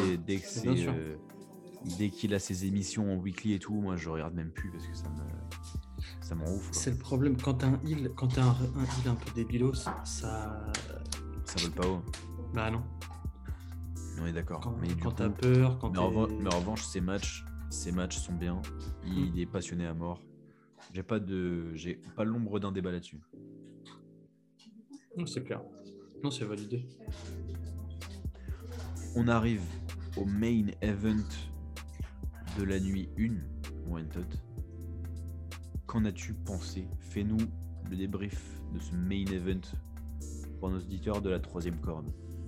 [SPEAKER 1] dès qu'il a ses émissions en weekly et tout, moi je regarde même plus parce que ça m'en ouf.
[SPEAKER 2] C'est le problème quand t'as un heal un peu débilos, ça
[SPEAKER 1] vole pas haut.
[SPEAKER 2] Bah non.
[SPEAKER 1] On est d'accord.
[SPEAKER 2] Quand t'as peur,
[SPEAKER 1] mais en revanche ces matchs sont bien. Il est passionné à mort. J'ai pas l'ombre d'un débat là-dessus.
[SPEAKER 2] Non, c'est clair. Non, c'est validé.
[SPEAKER 1] On arrive au main event de la nuit 1, mon Todd. Qu'en as-tu pensé? Fais-nous le débrief de ce main event pour nos auditeurs de la 3e corde.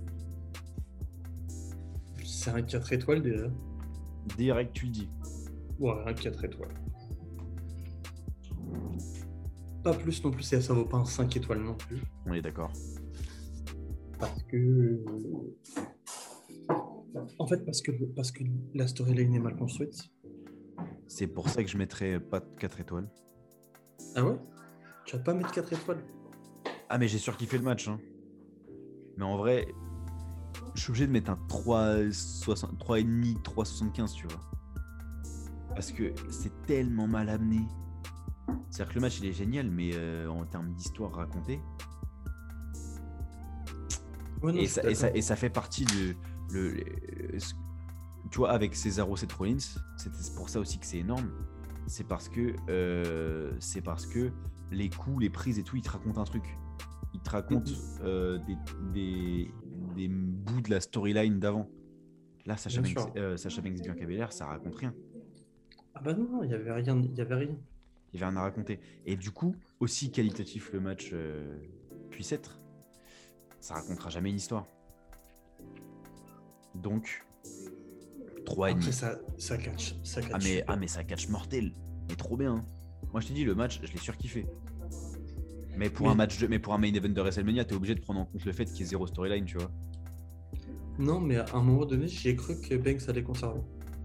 [SPEAKER 2] C'est un 4 étoiles déjà.
[SPEAKER 1] Direct, tu le dis.
[SPEAKER 2] Ouais, un 4 étoiles. Pas plus non plus, et ça vaut pas un 5 étoiles non plus.
[SPEAKER 1] On est d'accord.
[SPEAKER 2] Parce que... En fait, parce que la storyline est mal construite.
[SPEAKER 1] C'est pour ça que je mettrais pas 4 étoiles.
[SPEAKER 2] Ah ouais? Tu vas pas mettre 4 étoiles?
[SPEAKER 1] Ah mais j'ai surkiffé le match. Hein. Mais en vrai, je suis obligé de mettre un 3,5, 3,75, tu vois. Parce que c'est tellement mal amené. C'est-à-dire que le match il est génial, mais en termes d'histoire racontée. Ouais, non, et ça fait partie de... tu vois, avec Cesaro Seth Rollins, c'est pour ça aussi que c'est énorme. C'est parce que les coups, les prises et tout, ils te racontent un truc. Ils te racontent des bouts de la storyline d'avant. Là, Sacha Banks Bianca Belair, ça raconte rien.
[SPEAKER 2] Ah bah non, il y avait rien.
[SPEAKER 1] Il y avait rien à raconter. Et du coup, aussi qualitatif le match puisse être, ça racontera jamais une histoire. Donc 3,5.
[SPEAKER 2] Après ça catch.
[SPEAKER 1] Mais ça catch mortel. Mais trop bien. Hein. Moi je t'ai dit, le match, je l'ai surkiffé. Mais pour un main event de WrestleMania, t'es obligé de prendre en compte le fait qu'il y ait zéro storyline, tu vois.
[SPEAKER 2] Non, mais à un moment donné, j'ai cru que Banks allait conserver.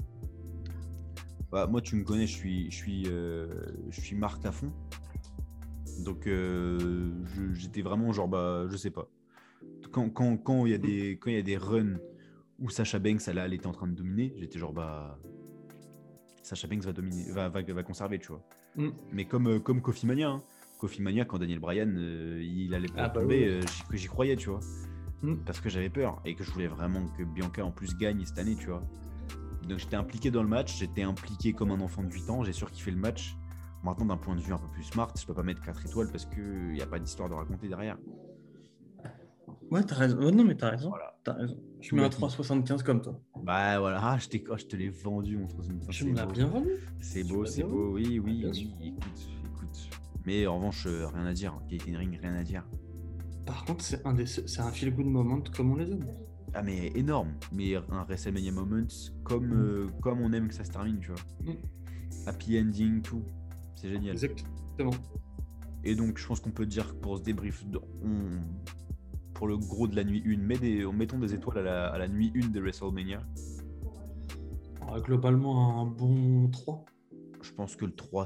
[SPEAKER 1] Bah, moi, tu me connais, je suis marque à fond. Donc, j'étais vraiment genre, je sais pas. Quand il y a des runs où Sasha Banks, elle était en train de dominer, j'étais genre, Sasha Banks va dominer, va conserver, tu vois. Mais comme Kofi Mania, hein. Kofi Mania, quand Daniel Bryan, il allait tomber, j'y croyais, tu vois. Parce que j'avais peur et que je voulais vraiment que Bianca en plus gagne cette année, tu vois. Donc j'étais impliqué dans le match, j'étais impliqué comme un enfant de 8 ans, j'ai surkiffé le match. Maintenant, d'un point de vue un peu plus smart, je peux pas mettre 4 étoiles parce qu'il n'y a pas d'histoire de raconter derrière.
[SPEAKER 2] Ouais, t'as raison. Non, mais t'as raison.
[SPEAKER 1] Voilà.
[SPEAKER 2] T'as raison. Je mets un 3,75 comme toi.
[SPEAKER 1] Bah voilà, je te l'ai vendu, mon troisième mi-temps.
[SPEAKER 2] Tu me l'as bien vendu.
[SPEAKER 1] C'est
[SPEAKER 2] Tu
[SPEAKER 1] beau,
[SPEAKER 2] m'as
[SPEAKER 1] c'est
[SPEAKER 2] bien
[SPEAKER 1] beau, oui, oui,
[SPEAKER 2] Bien sûr.
[SPEAKER 1] oui, écoute. Mais en revanche, rien à dire. Gaten Ring, rien à dire.
[SPEAKER 2] Par contre, c'est un feel-good moment comme on les aime.
[SPEAKER 1] Ah mais énorme, mais un WrestleMania Moments comme on aime que ça se termine, tu vois.
[SPEAKER 2] Mm.
[SPEAKER 1] Happy ending, tout. C'est génial.
[SPEAKER 2] Exactement.
[SPEAKER 1] Et donc, je pense qu'on peut dire que pour ce débrief, pour le gros de la nuit 1, mettons des étoiles à la nuit 1 de WrestleMania.
[SPEAKER 2] Alors, globalement, un bon 3.
[SPEAKER 1] Je pense que le 3,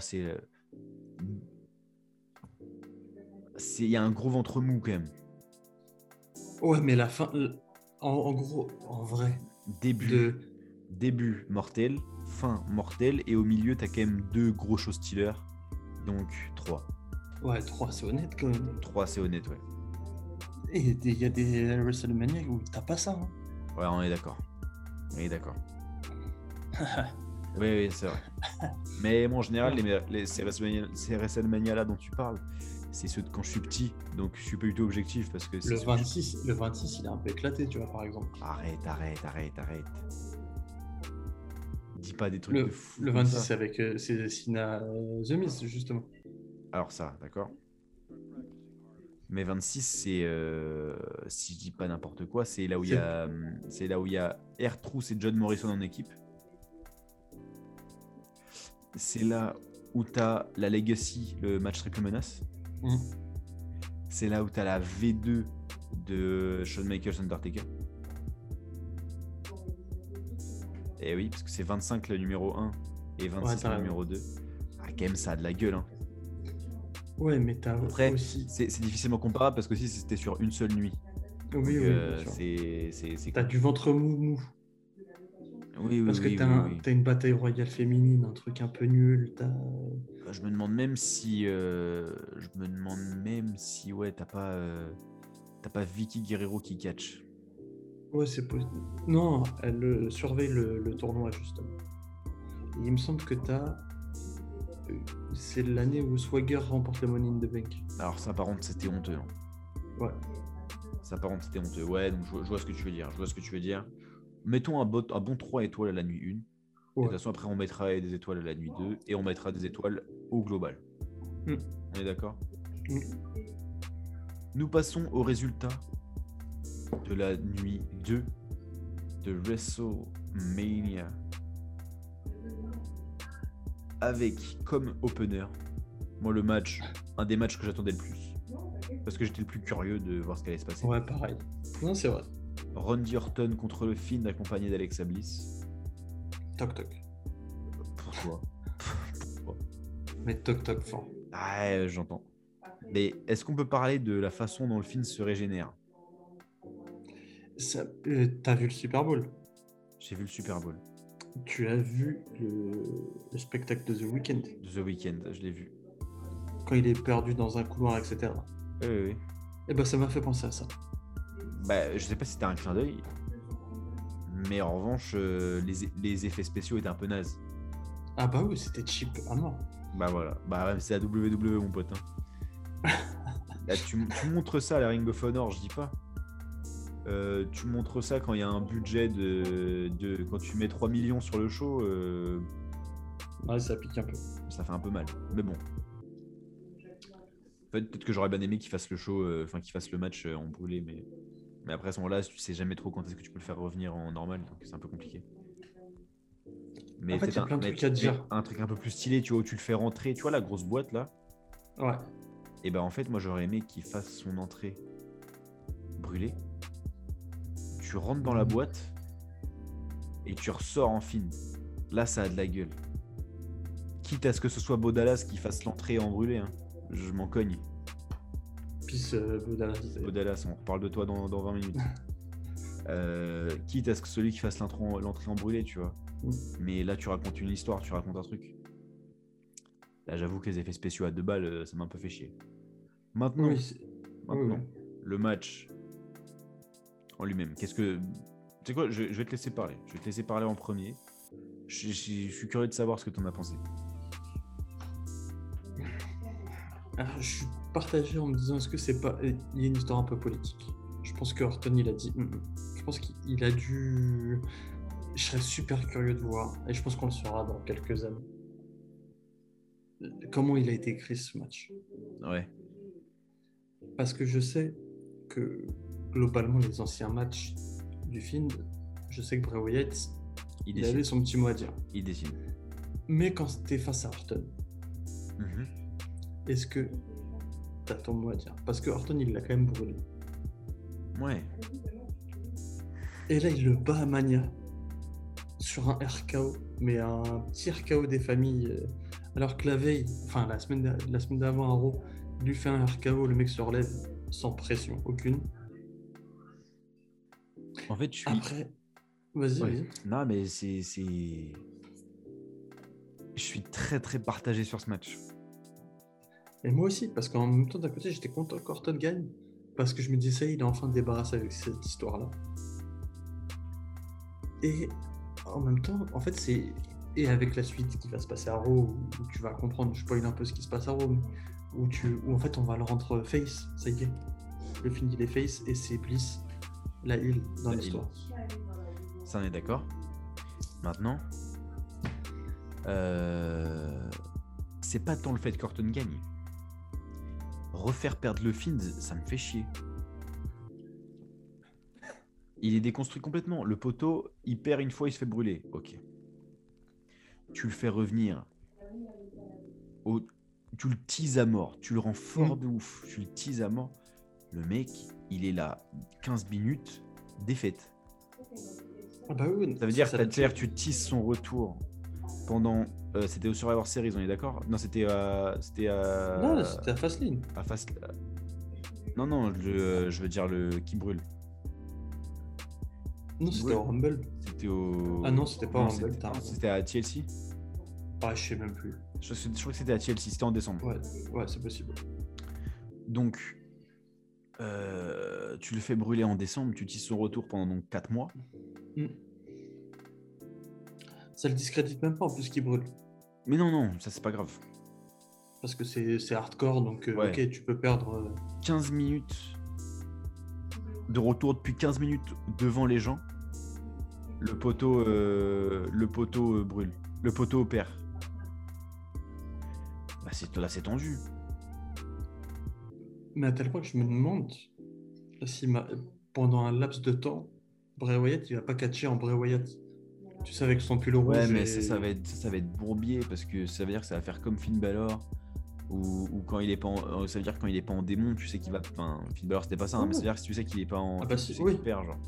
[SPEAKER 1] il y a un gros ventre mou quand même.
[SPEAKER 2] Ouais, mais la fin, en gros, en vrai.
[SPEAKER 1] Début mortel, fin mortel, et au milieu, t'as quand même 2 gros show stealers. Donc 3.
[SPEAKER 2] Ouais, 3, c'est honnête quand même.
[SPEAKER 1] 3, c'est honnête, ouais.
[SPEAKER 2] Et il y a des WrestleMania où t'as pas ça. Hein.
[SPEAKER 1] Ouais, on est d'accord. Oui, c'est vrai. Mais moi, en général, ces WrestleMania là dont tu parles, c'est ceux de quand je suis petit, donc je suis pas du tout objectif parce que
[SPEAKER 2] le 26, il est un peu éclaté, tu vois, par exemple.
[SPEAKER 1] Arrête. Dis pas des trucs de fou.
[SPEAKER 2] Le 26, c'est avec c'est Cena The Miz, justement.
[SPEAKER 1] Alors ça, d'accord. Mais 26, c'est si je dis pas n'importe quoi, c'est là où il y a R-Truth et John Morrison en équipe. C'est là où t'as la Legacy, le match triple menace. C'est là où t'as la V2 de Shawn Michaels Undertaker. Et oui, parce que c'est 25 le numéro 1 et 26 le numéro 2. Ah, quand même, ça a de la gueule. Hein.
[SPEAKER 2] Ouais, mais t'as
[SPEAKER 1] après,
[SPEAKER 2] aussi...
[SPEAKER 1] c'est difficilement comparable parce que si c'était sur une seule nuit.
[SPEAKER 2] Oui,
[SPEAKER 1] donc,
[SPEAKER 2] oui. T'as du ventre mou.
[SPEAKER 1] Oui.
[SPEAKER 2] Parce que t'as une bataille royale féminine, un truc un peu nul.
[SPEAKER 1] Je me demande même si ouais, t'as pas Vicky Guerrero qui catch.
[SPEAKER 2] Ouais, c'est possible. Non, elle surveille le tournoi, justement. Et il me semble que c'est l'année où Swagger remporte le Money in the Bank.
[SPEAKER 1] Alors ça, par contre, c'était honteux. Hein.
[SPEAKER 2] Ouais.
[SPEAKER 1] Ça, par contre, c'était honteux. Ouais, donc je vois ce que tu veux dire. Mettons un bon 3 étoiles à la nuit 1. Ouais. De toute façon, après, on mettra des étoiles à la nuit 2 et on mettra des étoiles au global. On est d'accord ? Nous passons au résultat de la nuit 2 de WrestleMania avec comme opener, moi le match, un des matchs que j'attendais le plus parce que j'étais le plus curieux de voir ce qui allait se passer.
[SPEAKER 2] Ouais, pareil. Non, c'est vrai.
[SPEAKER 1] Randy Orton contre le Fiend accompagné d'Alexa Bliss.
[SPEAKER 2] Toc.
[SPEAKER 1] Pourquoi ?
[SPEAKER 2] Mais toc fort.
[SPEAKER 1] Ah, j'entends. Mais est-ce qu'on peut parler de la façon dont le Fiend se régénère ?
[SPEAKER 2] T'as vu le Super Bowl ?
[SPEAKER 1] J'ai vu le Super Bowl.
[SPEAKER 2] Tu as vu le spectacle de The Weeknd ?
[SPEAKER 1] The Weeknd, je l'ai vu.
[SPEAKER 2] Quand il est perdu dans un couloir, etc.
[SPEAKER 1] Oui.
[SPEAKER 2] Et bah ça m'a fait penser à ça.
[SPEAKER 1] Bah, je sais pas si c'était un clin d'œil, mais en revanche, les effets spéciaux étaient un peu nazes.
[SPEAKER 2] Ah bah oui, c'était cheap à mort.
[SPEAKER 1] Bah voilà, c'est la WWE mon pote. Hein. Là, tu montres ça à la Ring of Honor, je dis pas. Tu montres ça quand il y a un budget de quand tu mets 3 millions sur le show.
[SPEAKER 2] Ouais, ça pique un peu.
[SPEAKER 1] Ça fait un peu mal, mais bon. Peut-être que j'aurais bien aimé qu'il fasse le show, qu'il fasse le match en brûlé, mais après à ce moment-là, tu sais jamais trop quand est-ce que tu peux le faire revenir en normal, donc c'est un peu compliqué. Mais
[SPEAKER 2] en fait, il y a plein de trucs à dire.
[SPEAKER 1] Un truc un peu plus stylé, tu vois, où tu le fais rentrer, tu vois la grosse boîte là.
[SPEAKER 2] Ouais.
[SPEAKER 1] Et ben en fait, moi j'aurais aimé qu'il fasse son entrée brûlée. Tu rentres dans la boîte et tu ressors en film. Là, ça a de la gueule. Quitte à ce que ce soit Bodalas qui fasse l'entrée en brûlé, hein. Je m'en cogne.
[SPEAKER 2] Peace,
[SPEAKER 1] Bodalas, on reparle de toi dans 20 minutes. Quitte à ce que celui qui fasse l'entrée en brûlé, tu vois. Mais là, tu racontes une histoire, tu racontes un truc. Là, j'avoue que les effets spéciaux à 2 balles, ça m'a un peu fait chier. Maintenant, le match en lui-même. Tu sais quoi, je vais te laisser parler. Je vais te laisser parler en premier. Je suis curieux de savoir ce que tu en as pensé.
[SPEAKER 2] Alors, je suis partagé en me disant est-ce que c'est pas... Il y a une histoire un peu politique. Je pense que Orton, il a dit... Je pense qu'il a dû je serais super curieux de voir, et je pense qu'on le saura dans quelques années, comment il a été écrit ce match.
[SPEAKER 1] Ouais.
[SPEAKER 2] Parce que je sais que, globalement, les anciens matchs du film, je sais que Bray Wyatt, il avait son petit mot à dire.
[SPEAKER 1] Il décide.
[SPEAKER 2] Mais quand c'était face à Orton,
[SPEAKER 1] Mhm.
[SPEAKER 2] est-ce que t'as ton mot à dire? Parce que Orton, il l'a quand même brûlé.
[SPEAKER 1] Ouais.
[SPEAKER 2] Et là, il le bat à Mania sur un RKO, mais un petit RKO des familles. Alors que la veille, enfin la semaine d'avant à Raw, il lui fait un RKO, le mec se relève sans pression aucune.
[SPEAKER 1] En fait, je suis.
[SPEAKER 2] Après, vas-y.
[SPEAKER 1] Non, mais c'est. Je suis très très partagé sur ce match.
[SPEAKER 2] Et moi aussi, parce qu'en même temps, d'un côté, j'étais content qu'Orton gagne, parce que je me disais, il est enfin débarrassé avec cette histoire-là. Et en même temps, en fait, c'est. Et avec la suite qui va se passer à Raw, où tu vas comprendre, je spoil un peu ce qui se passe à Raw, mais où en fait on va le rendre face, ça y est. Le film il est face et c'est Bliss, la heal dans l'histoire.
[SPEAKER 1] Ça, on est d'accord. Maintenant, c'est pas tant le fait qu'Orton gagne. Refaire perdre le Fiend, ça me fait chier. Il est déconstruit complètement. Le poteau, il perd une fois, il se fait brûler. Ok. Tu le fais revenir. Tu le teases à mort. Tu le rends fort de ouf. Tu le teases à mort. Le mec, il est là 15 minutes, défaite.
[SPEAKER 2] Ah bah oui,
[SPEAKER 1] ça veut dire que tu teases son retour pendant... c'était au Survivor Series, on est d'accord? Non, c'était
[SPEAKER 2] Non, c'était à Fastlane.
[SPEAKER 1] Non, je veux dire le qui brûle.
[SPEAKER 2] Non, c'était au Rumble.
[SPEAKER 1] C'était au...
[SPEAKER 2] Ah non, c'était pas au Rumble.
[SPEAKER 1] C'était à TLC?
[SPEAKER 2] Ah, je sais même plus.
[SPEAKER 1] Je crois que c'était à TLC, c'était en décembre.
[SPEAKER 2] Ouais, c'est possible.
[SPEAKER 1] Donc, tu le fais brûler en décembre, tu teases son retour pendant donc 4 mois.
[SPEAKER 2] Ça le discrédite même pas en plus qu'il brûle.
[SPEAKER 1] Mais non, ça c'est pas grave.
[SPEAKER 2] Parce que c'est hardcore, donc ok, tu peux perdre...
[SPEAKER 1] 15 minutes de retour depuis 15 minutes devant les gens. Le poteau brûle. Le poteau opère. Là, c'est tendu.
[SPEAKER 2] Mais à tel point que je me demande si pendant un laps de temps, Bray Wyatt, il va pas catcher en Bray Wyatt. Tu sais, avec son pull rouge.
[SPEAKER 1] Ouais, mais ça va être bourbier parce que ça veut dire que ça va faire comme Finn Balor. Ou quand il est pas en... ça veut dire que quand il est pas en démon, tu sais qu'il va... Enfin, Finn Balor c'était pas ça, mais ça veut dire que si tu sais qu'il est pas en...
[SPEAKER 2] qu'il
[SPEAKER 1] perd, genre.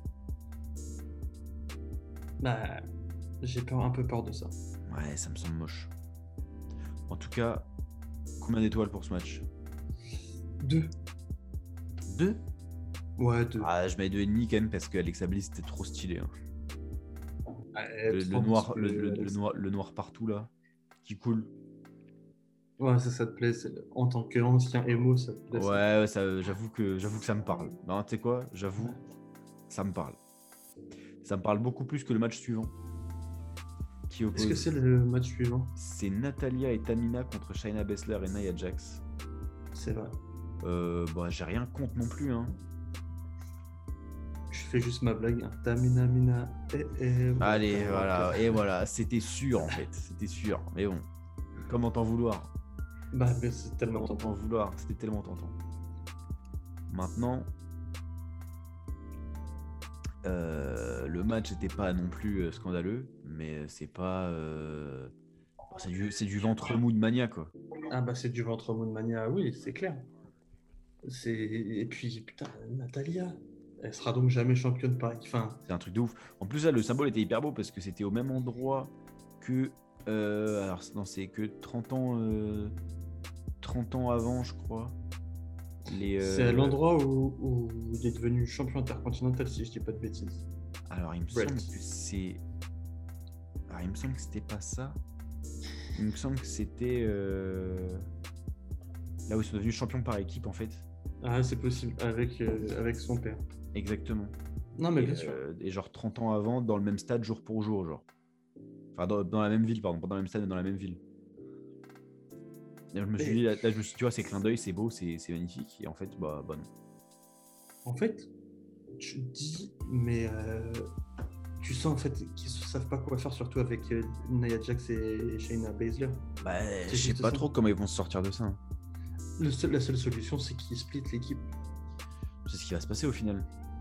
[SPEAKER 2] Bah, j'ai un peu peur de ça.
[SPEAKER 1] Ouais, ça me semble moche. En tout cas, combien d'étoiles pour ce match?
[SPEAKER 2] 2.
[SPEAKER 1] 2?
[SPEAKER 2] Ouais, 2.
[SPEAKER 1] Ah, je mets 2,5 quand même parce qu'Alexa Bliss c'était trop stylé. Hein. Le noir partout là, qui coule.
[SPEAKER 2] Ouais, ça te plaît. En tant qu'ancien émo, ça te plaît.
[SPEAKER 1] Ouais, j'avoue que ça me parle. Non, tu sais quoi? J'avoue, ça me parle. Ça me parle beaucoup plus que le match suivant.
[SPEAKER 2] Est-ce que c'est le match suivant?
[SPEAKER 1] C'est Natalya et Tamina contre Shayna Baszler et Nia Jax.
[SPEAKER 2] C'est vrai.
[SPEAKER 1] J'ai rien contre non plus. Hein.
[SPEAKER 2] Je fais juste ma blague. Hein. Tamina, Mina.
[SPEAKER 1] Allez, voilà. Et voilà, c'était sûr en fait. C'était sûr. Mais bon, comment t'en vouloir?
[SPEAKER 2] Bah, mais c'est tellement tentant.
[SPEAKER 1] Vouloir. C'était tellement tentant. Maintenant, le match n'était pas non plus scandaleux, mais c'est pas. C'est du ventre mou de Mania, quoi.
[SPEAKER 2] Ah bah c'est du ventre mou de Mania, oui, c'est clair. Et puis, putain, Natalya, elle sera donc jamais championne pareil. Enfin...
[SPEAKER 1] C'est un truc de ouf. En plus, là, le symbole était hyper beau parce que c'était au même endroit que... alors, non, c'est que 30 ans avant, je crois.
[SPEAKER 2] C'est à l'endroit où il est devenu champion intercontinental, si je dis pas de bêtises.
[SPEAKER 1] Alors, il me semble que c'est... Alors, il me semble que c'était pas ça. Il me semble que c'était... là où ils sont devenus champions par équipe, en fait.
[SPEAKER 2] Ah, c'est possible, avec son père.
[SPEAKER 1] Exactement.
[SPEAKER 2] Non, mais bien sûr.
[SPEAKER 1] Et genre 30 ans avant, dans le même stade, jour pour jour, genre. Enfin, dans la même ville, pardon. Pas dans le même stade, mais dans la même ville. Là, je me suis dit, tu vois, c'est clin d'œil, c'est beau, c'est magnifique. Et en fait, bah non.
[SPEAKER 2] En fait, tu dis, mais tu sens en fait qu'ils ne savent pas quoi faire, surtout avec Nia Jax et Shayna Baszler.
[SPEAKER 1] Je sais pas trop comment ils vont se sortir de ça. Hein.
[SPEAKER 2] La seule solution, c'est qu'ils split l'équipe.
[SPEAKER 1] C'est ce qui va se passer au final.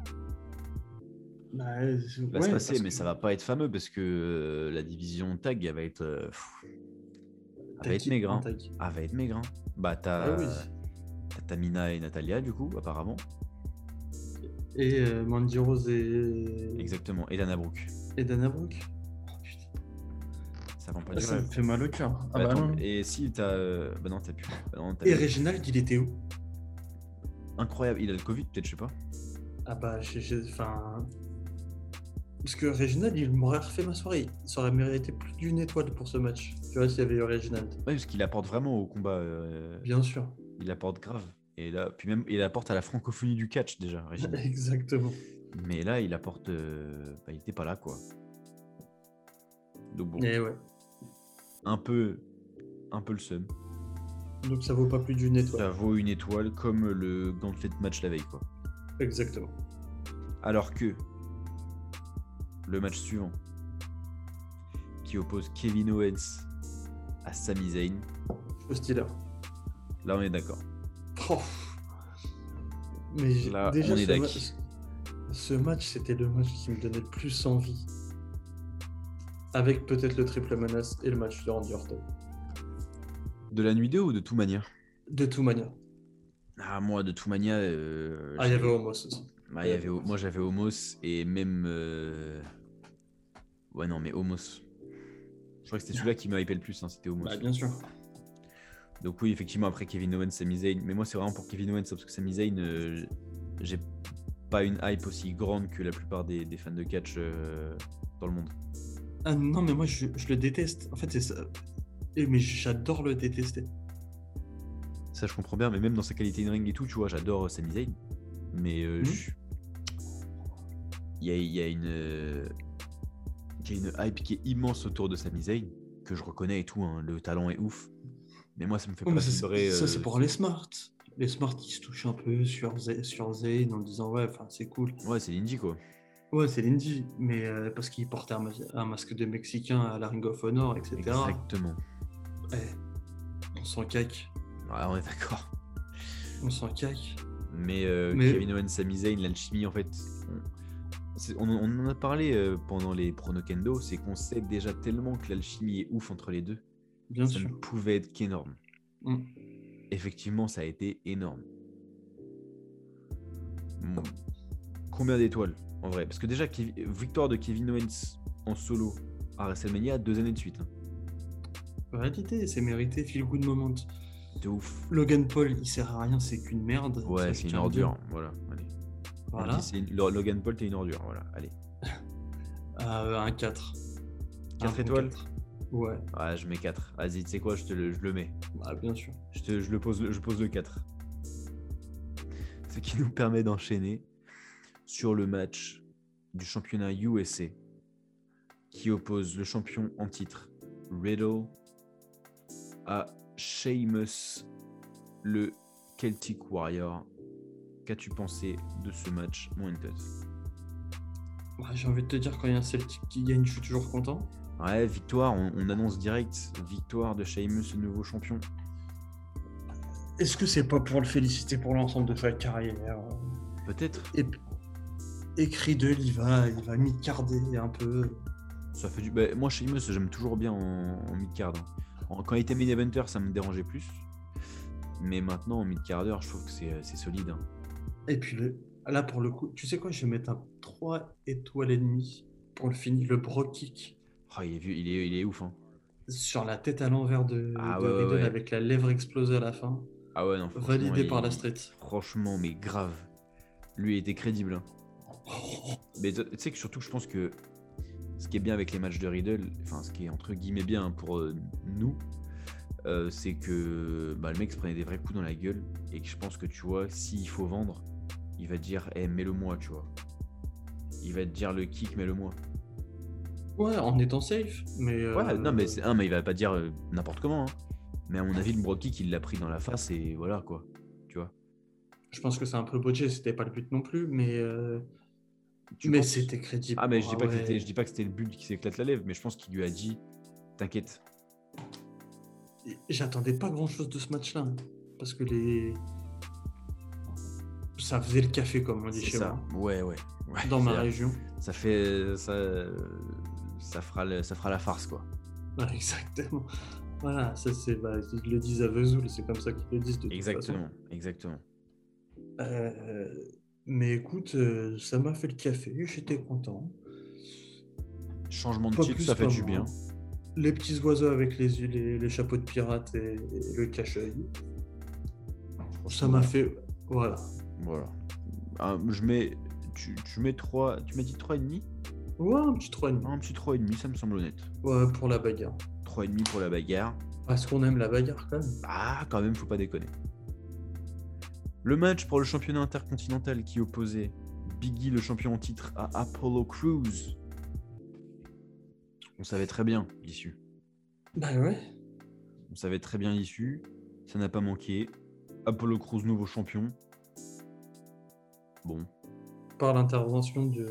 [SPEAKER 2] Va
[SPEAKER 1] se passer, mais ça va pas être fameux parce que la division tag, elle va être, elle va être maigre. Hein. Elle va être maigre. Hein. T'as Tamina et Natalia du coup, apparemment.
[SPEAKER 2] Et Mandy Rose et...
[SPEAKER 1] Exactement, et Dana Brooke.
[SPEAKER 2] Oh putain.
[SPEAKER 1] Ça va pas durer.
[SPEAKER 2] Ça me fait mal au cœur.
[SPEAKER 1] Et si t'as... non, t'as plus.
[SPEAKER 2] Et Reginald, il était où?
[SPEAKER 1] Incroyable, il a le Covid, peut-être, je sais pas.
[SPEAKER 2] Parce que Reginald, il m'aurait refait ma soirée. Ça aurait mérité plus d'une étoile pour ce match. Tu vois, s'il y avait eu Reginald.
[SPEAKER 1] Ouais, parce qu'il apporte vraiment au combat.
[SPEAKER 2] Bien sûr.
[SPEAKER 1] Il apporte grave. Et là, puis même, il apporte à la francophonie du catch, déjà, Reginald.
[SPEAKER 2] Exactement.
[SPEAKER 1] Mais là, il apporte... il était pas là, quoi. Donc bon.
[SPEAKER 2] Et ouais.
[SPEAKER 1] Un peu le seum.
[SPEAKER 2] Donc ça vaut pas plus d'une étoile.
[SPEAKER 1] Ça vaut une étoile, comme le gauntlet match la veille, quoi.
[SPEAKER 2] Exactement.
[SPEAKER 1] Alors que le match suivant, qui oppose Kevin Owens à Sami Zayn.
[SPEAKER 2] Au Steeler.
[SPEAKER 1] Là, on est d'accord.
[SPEAKER 2] Oh. Mais
[SPEAKER 1] là,
[SPEAKER 2] déjà,
[SPEAKER 1] on est d'accord.
[SPEAKER 2] Ce match, c'était le match qui me donnait le plus envie. Avec peut-être le triple menace et le match de Randy Orton.
[SPEAKER 1] De la nuit 2 ou de tout mania?
[SPEAKER 2] De tout mania.
[SPEAKER 1] Ah, moi, de tout mania...
[SPEAKER 2] il y avait Omos aussi.
[SPEAKER 1] Moi, j'avais Omos et même... Ouais, non, mais Omos. Je crois que c'était celui-là qui m'a hypé le plus, hein, c'était Omos.
[SPEAKER 2] Bien sûr.
[SPEAKER 1] Donc oui, effectivement, après Kevin Owens, Sami Zayn. Mais moi, c'est vraiment pour Kevin Owens, parce que Sami Zayn, j'ai pas une hype aussi grande que la plupart des fans de catch dans le monde.
[SPEAKER 2] Ah non, mais moi, je le déteste. En fait, c'est ça. Mais j'adore le détester.
[SPEAKER 1] Ça, je comprends bien, mais même dans sa qualité in ring et tout, tu vois, j'adore Sami Zayn. Mais il y a une hype qui est immense autour de Sami Zayn, que je reconnais et tout, hein, le talent est ouf. Mais moi, ça me fait pas vibrer.
[SPEAKER 2] Ça, c'est pour les Smart. Les Smart qui se touchent un peu sur Zayn en disant ouais, c'est cool.
[SPEAKER 1] Ouais, c'est l'indie, quoi.
[SPEAKER 2] Ouais, c'est l'indie, mais parce qu'il portait un masque de Mexicain à la Ring of Honor, etc.
[SPEAKER 1] Exactement.
[SPEAKER 2] On s'en caque.
[SPEAKER 1] Ouais, on est d'accord.
[SPEAKER 2] On s'en caque.
[SPEAKER 1] Mais Kevin Owens, Sami Zayn, l'alchimie, en fait, on en a parlé pendant les Pronokendo, c'est qu'on sait déjà tellement que l'alchimie est ouf entre les deux.
[SPEAKER 2] Bien
[SPEAKER 1] sûr.
[SPEAKER 2] Ça
[SPEAKER 1] ne pouvait être qu'énorme. Effectivement, ça a été énorme. Bon. Combien d'étoiles, en vrai? Parce que déjà, victoire de Kevin Owens en solo à WrestleMania 2 années de suite. Hein.
[SPEAKER 2] En réalité, c'est mérité, feel good moment.
[SPEAKER 1] De ouf.
[SPEAKER 2] Logan Paul, il sert à rien, c'est qu'une merde.
[SPEAKER 1] Ouais, c'est une ordure. Voilà, allez.
[SPEAKER 2] Voilà.
[SPEAKER 1] Logan Paul, t'es une ordure. Voilà, allez.
[SPEAKER 2] Un 4.
[SPEAKER 1] 4 étoiles
[SPEAKER 2] 4. Ouais.
[SPEAKER 1] Ouais, je mets 4. Vas-y, tu sais quoi, je le mets.
[SPEAKER 2] Bien sûr.
[SPEAKER 1] Je pose le 4. Ce qui nous permet d'enchaîner sur le match du championnat USA qui oppose le champion en titre Riddle à Sheamus, le Celtic Warrior. Qu'as-tu pensé de ce match, mon Intus?
[SPEAKER 2] J'ai envie de te dire, quand il y a un Celtic qui gagne, je suis toujours content.
[SPEAKER 1] Ouais, victoire, on annonce direct, victoire de Sheamus, le nouveau champion.
[SPEAKER 2] Est-ce que c'est pas pour le féliciter pour l'ensemble de sa carrière?
[SPEAKER 1] Peut-être.
[SPEAKER 2] Et Riddle, il va mid-carder un peu.
[SPEAKER 1] Ça fait du... moi, Sheamus, j'aime toujours bien en mid-card. Quand il était main-eventer, ça me dérangeait plus. Mais maintenant, en mid-carder, je trouve que c'est solide. Hein.
[SPEAKER 2] Et puis là, pour le coup, tu sais quoi, je vais mettre un 3 étoiles et demie pour le fini, le Brogue Kick.
[SPEAKER 1] Oh, il est ouf. Hein.
[SPEAKER 2] Sur la tête à l'envers de Riddle avec la lèvre explosée à la fin.
[SPEAKER 1] Ah ouais, non,
[SPEAKER 2] validé par la street.
[SPEAKER 1] Franchement, mais grave. Lui était crédible. Hein. Mais tu sais que surtout, je pense que ce qui est bien avec les matchs de Riddle, enfin, ce qui est entre guillemets bien pour nous, c'est que le mec se prenait des vrais coups dans la gueule et que je pense que tu vois, s'il faut vendre, il va te dire mets-le moi, tu vois. Il va te dire le kick, mets-le moi.
[SPEAKER 2] Ouais, en étant safe, mais
[SPEAKER 1] ouais, non, mais il va pas te dire n'importe comment. Hein. Mais à mon avis, le Brogue Kick, il l'a pris dans la face et voilà quoi, tu vois.
[SPEAKER 2] Je pense que c'est un peu botché, c'était pas le but non plus, mais Mais c'était crédible.
[SPEAKER 1] Ah, mais je dis pas que c'était le but qui s'éclate la lèvre, mais je pense qu'il lui a dit t'inquiète.
[SPEAKER 2] J'attendais pas grand-chose de ce match-là. Parce que ça faisait le café, comme on dit chez moi.
[SPEAKER 1] Ouais.
[SPEAKER 2] Dans ma région.
[SPEAKER 1] Ça fera la farce, quoi.
[SPEAKER 2] Ouais, exactement. Voilà, ça c'est, ils le disent à Vesoul, c'est comme ça qu'ils le disent de toute façon.
[SPEAKER 1] Exactement.
[SPEAKER 2] Mais écoute, ça m'a fait le café, j'étais content.
[SPEAKER 1] Changement de titre, ça fait du bien.
[SPEAKER 2] Les petits oiseaux avec les chapeaux de pirates et le cache-œil. Ça m'a fait... Voilà.
[SPEAKER 1] Je mets... Tu mets 3... Tu m'as dit 3,5 ?
[SPEAKER 2] Ouais, un petit 3,5.
[SPEAKER 1] Un petit 3,5, ça me semble honnête.
[SPEAKER 2] Ouais, pour la bagarre.
[SPEAKER 1] 3,5 pour la bagarre.
[SPEAKER 2] Parce qu'on aime la bagarre, quand même.
[SPEAKER 1] Ah, quand même, faut pas déconner. Le match pour le championnat intercontinental qui opposait Biggie, le champion en titre, à Apollo Crews. On savait très bien l'issue.
[SPEAKER 2] Bah ouais.
[SPEAKER 1] On savait très bien l'issue. Ça n'a pas manqué. Apollo Crews, nouveau champion. Bon.
[SPEAKER 2] Par l'intervention du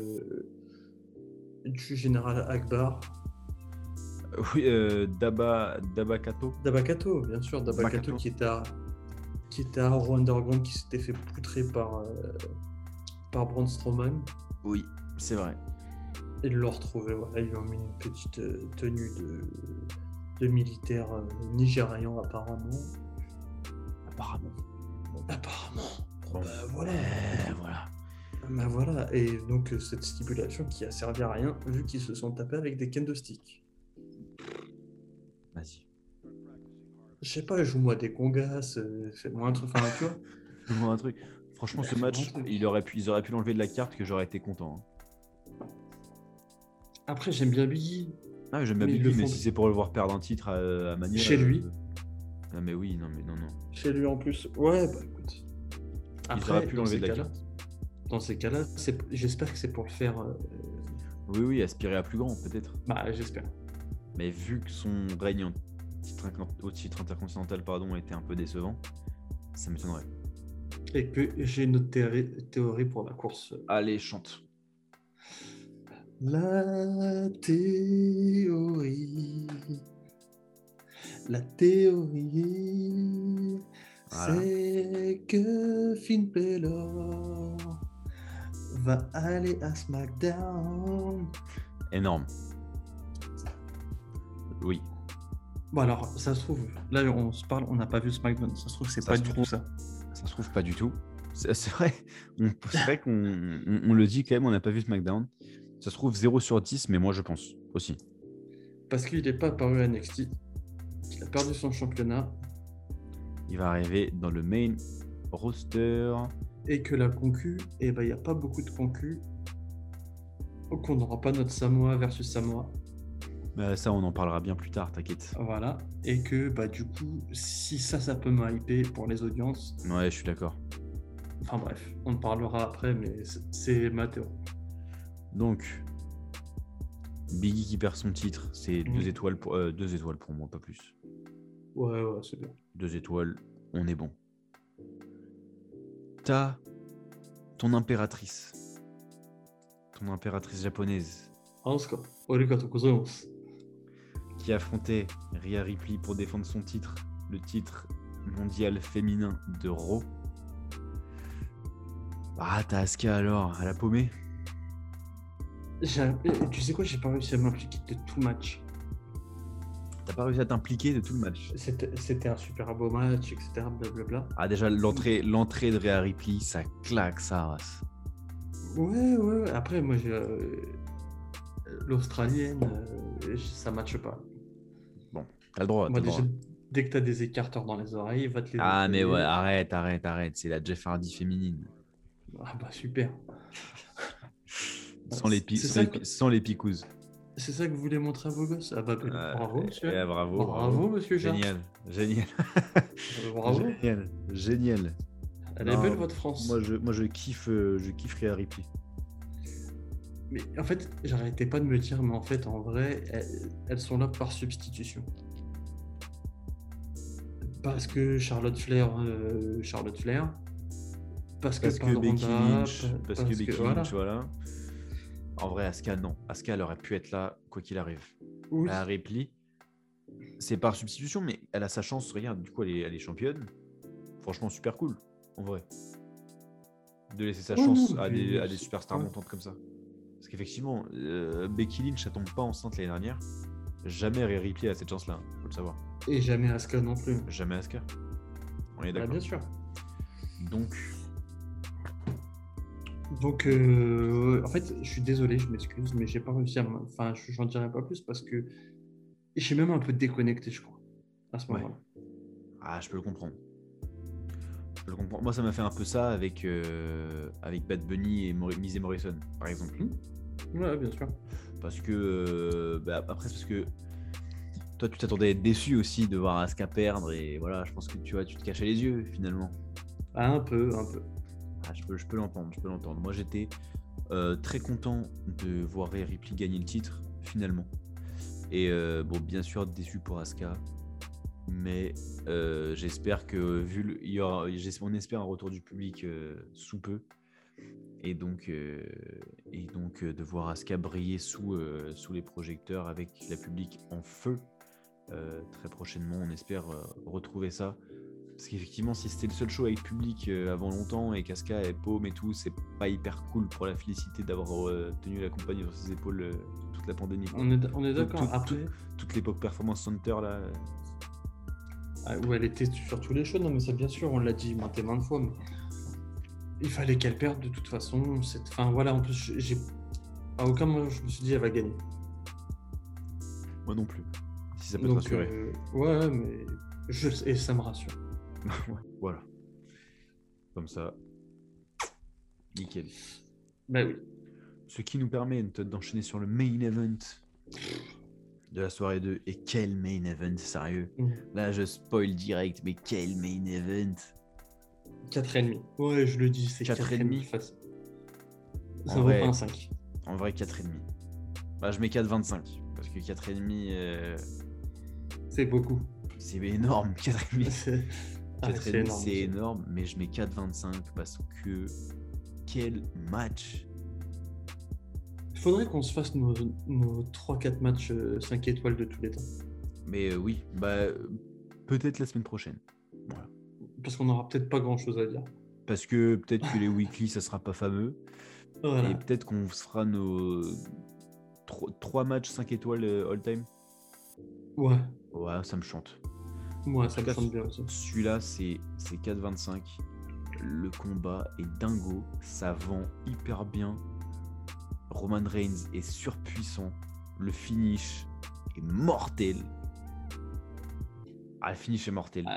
[SPEAKER 2] général Akbar.
[SPEAKER 1] Oui, Dabakato.
[SPEAKER 2] Dabakato, bien sûr. Dabakato qui était à Raw Underground, qui s'était fait poutrer par Braun Strowman.
[SPEAKER 1] Oui, c'est vrai.
[SPEAKER 2] Ils l'ont retrouvé, voilà, ils lui ont mis une petite tenue de militaire nigérian apparemment.
[SPEAKER 1] Bon.
[SPEAKER 2] Voilà.
[SPEAKER 1] Voilà.
[SPEAKER 2] Voilà. Et donc cette stipulation qui a servi à rien vu qu'ils se sont tapés avec des candlesticks.
[SPEAKER 1] Vas-y.
[SPEAKER 2] Je sais pas, joue-moi des congas, fais-moi un truc, enfin tu vois.
[SPEAKER 1] Fais-moi un truc. Franchement, ce match, ils auraient pu l'enlever de la carte que j'aurais été content.
[SPEAKER 2] Après, j'aime bien Biggie.
[SPEAKER 1] Ah, j'aime bien Biggie, mais si c'est pour le voir perdre un titre à Mania...
[SPEAKER 2] Chez lui.
[SPEAKER 1] Ah, mais oui, non.
[SPEAKER 2] Chez lui en plus. Ouais, bah écoute.
[SPEAKER 1] Après, ils auraient pu l'enlever de la carte.
[SPEAKER 2] Dans ces cas-là, j'espère que c'est pour le faire...
[SPEAKER 1] Oui, aspirer à plus grand, peut-être.
[SPEAKER 2] Bah, j'espère.
[SPEAKER 1] Mais vu que son règne au titre intercontinental était un peu décevant, ça m'étonnerait.
[SPEAKER 2] Et que j'ai une autre théorie pour la course.
[SPEAKER 1] Allez, chante.
[SPEAKER 2] La théorie, c'est que Finn Balor va aller à SmackDown.
[SPEAKER 1] Énorme. Oui.
[SPEAKER 2] Bon alors, ça se trouve, là on se parle, on n'a pas vu SmackDown, ça se trouve c'est pas du tout ça.
[SPEAKER 1] Ça se trouve pas du tout. C'est vrai, qu'on le dit quand même, on n'a pas vu SmackDown. Ça se trouve 0 sur 10, mais moi je pense aussi.
[SPEAKER 2] Parce qu'il n'est pas apparu à NXT, il a perdu son championnat.
[SPEAKER 1] Il va arriver dans le main roster.
[SPEAKER 2] Et que la concu, il n'y a pas beaucoup de concu. Donc on n'aura pas notre Samoa versus Samoa.
[SPEAKER 1] Ça, on en parlera bien plus tard, t'inquiète.
[SPEAKER 2] Voilà, et que du coup, si ça peut m'hyper pour les audiences.
[SPEAKER 1] Ouais, je suis d'accord.
[SPEAKER 2] Enfin bref, on en parlera après, mais c'est ma théorie.
[SPEAKER 1] Donc, Biggie qui perd son titre, c'est 2 étoiles pour moi, pas plus.
[SPEAKER 2] Ouais, c'est bien.
[SPEAKER 1] 2 étoiles, on est bon. T'as ton impératrice japonaise. Qui affrontait Rhea Ripley pour défendre son titre, le titre mondial féminin de Raw. Ah, t'as Asuka alors, à la paumée.
[SPEAKER 2] Tu sais quoi, j'ai pas réussi à m'impliquer de tout le match.
[SPEAKER 1] T'as pas réussi à t'impliquer de tout le match.
[SPEAKER 2] C'était un super beau match, etc. Blablabla.
[SPEAKER 1] Ah, déjà, l'entrée de Rhea Ripley, ça claque sa race.
[SPEAKER 2] Ouais. Après, moi, l'Australienne, ça matche pas.
[SPEAKER 1] Bon, t'as le droit.
[SPEAKER 2] Moi, déjà, dès que t'as des écarteurs dans les oreilles, va te les...
[SPEAKER 1] Ah, mais ouais, arrête. C'est la Jeff Hardy féminine.
[SPEAKER 2] Ah bah, super.
[SPEAKER 1] Sans les picouzes.
[SPEAKER 2] C'est ça que vous voulez montrer à vos gosses? Ah bah, bravo, monsieur.
[SPEAKER 1] Bravo,
[SPEAKER 2] monsieur Jean.
[SPEAKER 1] Génial.
[SPEAKER 2] Bravo.
[SPEAKER 1] Génial.
[SPEAKER 2] Elle est belle, votre France.
[SPEAKER 1] Moi, je kiffe Rhea Ripley.
[SPEAKER 2] Mais en fait, j'arrêtais pas de me dire, mais en fait, en vrai, elles sont là par substitution. Parce que Charlotte Flair. Parce que
[SPEAKER 1] Becky Lynch, voilà. En vrai, Asuka, non. Asuka, elle aurait pu être là, quoi qu'il arrive.
[SPEAKER 2] Oui.
[SPEAKER 1] La Ripley, c'est par substitution, mais elle a sa chance. Regarde, du coup, elle est championne. Franchement, super cool, en vrai. De laisser sa chance à des superstars montantes comme ça. Parce qu'effectivement, Becky Lynch, ça tombe pas enceinte l'année dernière. Jamais Rhea Ripley a cette chance-là, faut le savoir.
[SPEAKER 2] Et jamais Asuka non plus.
[SPEAKER 1] Jamais Asuka. On est d'accord.
[SPEAKER 2] Bien sûr.
[SPEAKER 1] Donc,
[SPEAKER 2] en fait, je suis désolé, je m'excuse, mais j'ai pas réussi à... Enfin, j'en dirai pas plus parce que j'ai même un peu déconnecté, je crois, à ce moment-là.
[SPEAKER 1] Ah, je peux le comprendre. Moi, ça m'a fait un peu ça avec Bad Bunny et Miz et Morrison, par exemple.
[SPEAKER 2] Ouais, bien sûr.
[SPEAKER 1] Parce que... après, c'est parce que toi, tu t'attendais à être déçu aussi de voir Asuka perdre. Et voilà, je pense que tu te cachais les yeux, finalement.
[SPEAKER 2] Ah, un peu.
[SPEAKER 1] Ah, je peux l'entendre. Moi, j'étais très content de voir Rhea Ripley gagner le titre, finalement. Et bien sûr, déçu pour Asuka. Mais j'espère que on espère un retour du public sous peu. Et donc de voir Asuka briller sous les projecteurs avec le public en feu. Très prochainement, on espère retrouver ça. Parce qu'effectivement, si c'était le seul show avec public avant longtemps et qu'Asuka est paume et tout, c'est pas hyper cool pour la félicité d'avoir tenu la compagnie sur ses épaules toute la pandémie.
[SPEAKER 2] On est d'accord. Après,
[SPEAKER 1] toute l'époque Performance Center là.
[SPEAKER 2] Où elle était sur tous les shows, non mais ça bien sûr, on l'a dit maintes et maintes fois, mais il fallait qu'elle perde de toute façon. Enfin voilà, en plus, à aucun moment je me suis dit elle va gagner.
[SPEAKER 1] Moi non plus. Si ça peut te rassurer.
[SPEAKER 2] Ouais, mais et ça me rassure.
[SPEAKER 1] Ouais, voilà. Comme ça. Nickel.
[SPEAKER 2] Bah oui.
[SPEAKER 1] Ce qui nous permet d'enchaîner sur le main event de la soirée 2. Et quel main event, sérieux. Là, je spoil direct, mais quel main event.
[SPEAKER 2] 4,5. Ouais, je le dis, c'est 4,5 facile. Ça vaut pas un 5.
[SPEAKER 1] En vrai, 4,5. Bah, je mets 4,25. Parce que 4,5...
[SPEAKER 2] c'est beaucoup.
[SPEAKER 1] C'est énorme, 4,5. 4,5, c'est
[SPEAKER 2] énorme,
[SPEAKER 1] énorme, mais je mets 4,25 parce que... Quel match.
[SPEAKER 2] Il faudrait qu'on se fasse nos 3-4 matchs 5 étoiles de tous les temps.
[SPEAKER 1] Mais oui, peut-être la semaine prochaine. Voilà.
[SPEAKER 2] Parce qu'on n'aura peut-être pas grand-chose à dire.
[SPEAKER 1] Parce que peut-être que les weekly, ça sera pas fameux. Voilà. Et peut-être qu'on fera nos 3 matchs 5 étoiles all-time.
[SPEAKER 2] Ouais.
[SPEAKER 1] Ouais, ça me chante.
[SPEAKER 2] Ouais, ça me chante bien aussi.
[SPEAKER 1] Celui-là, c'est 4,25. Le combat est dingo. Ça vend hyper bien. Roman Reigns est surpuissant. Le finish est mortel. Ah, le finish est mortel.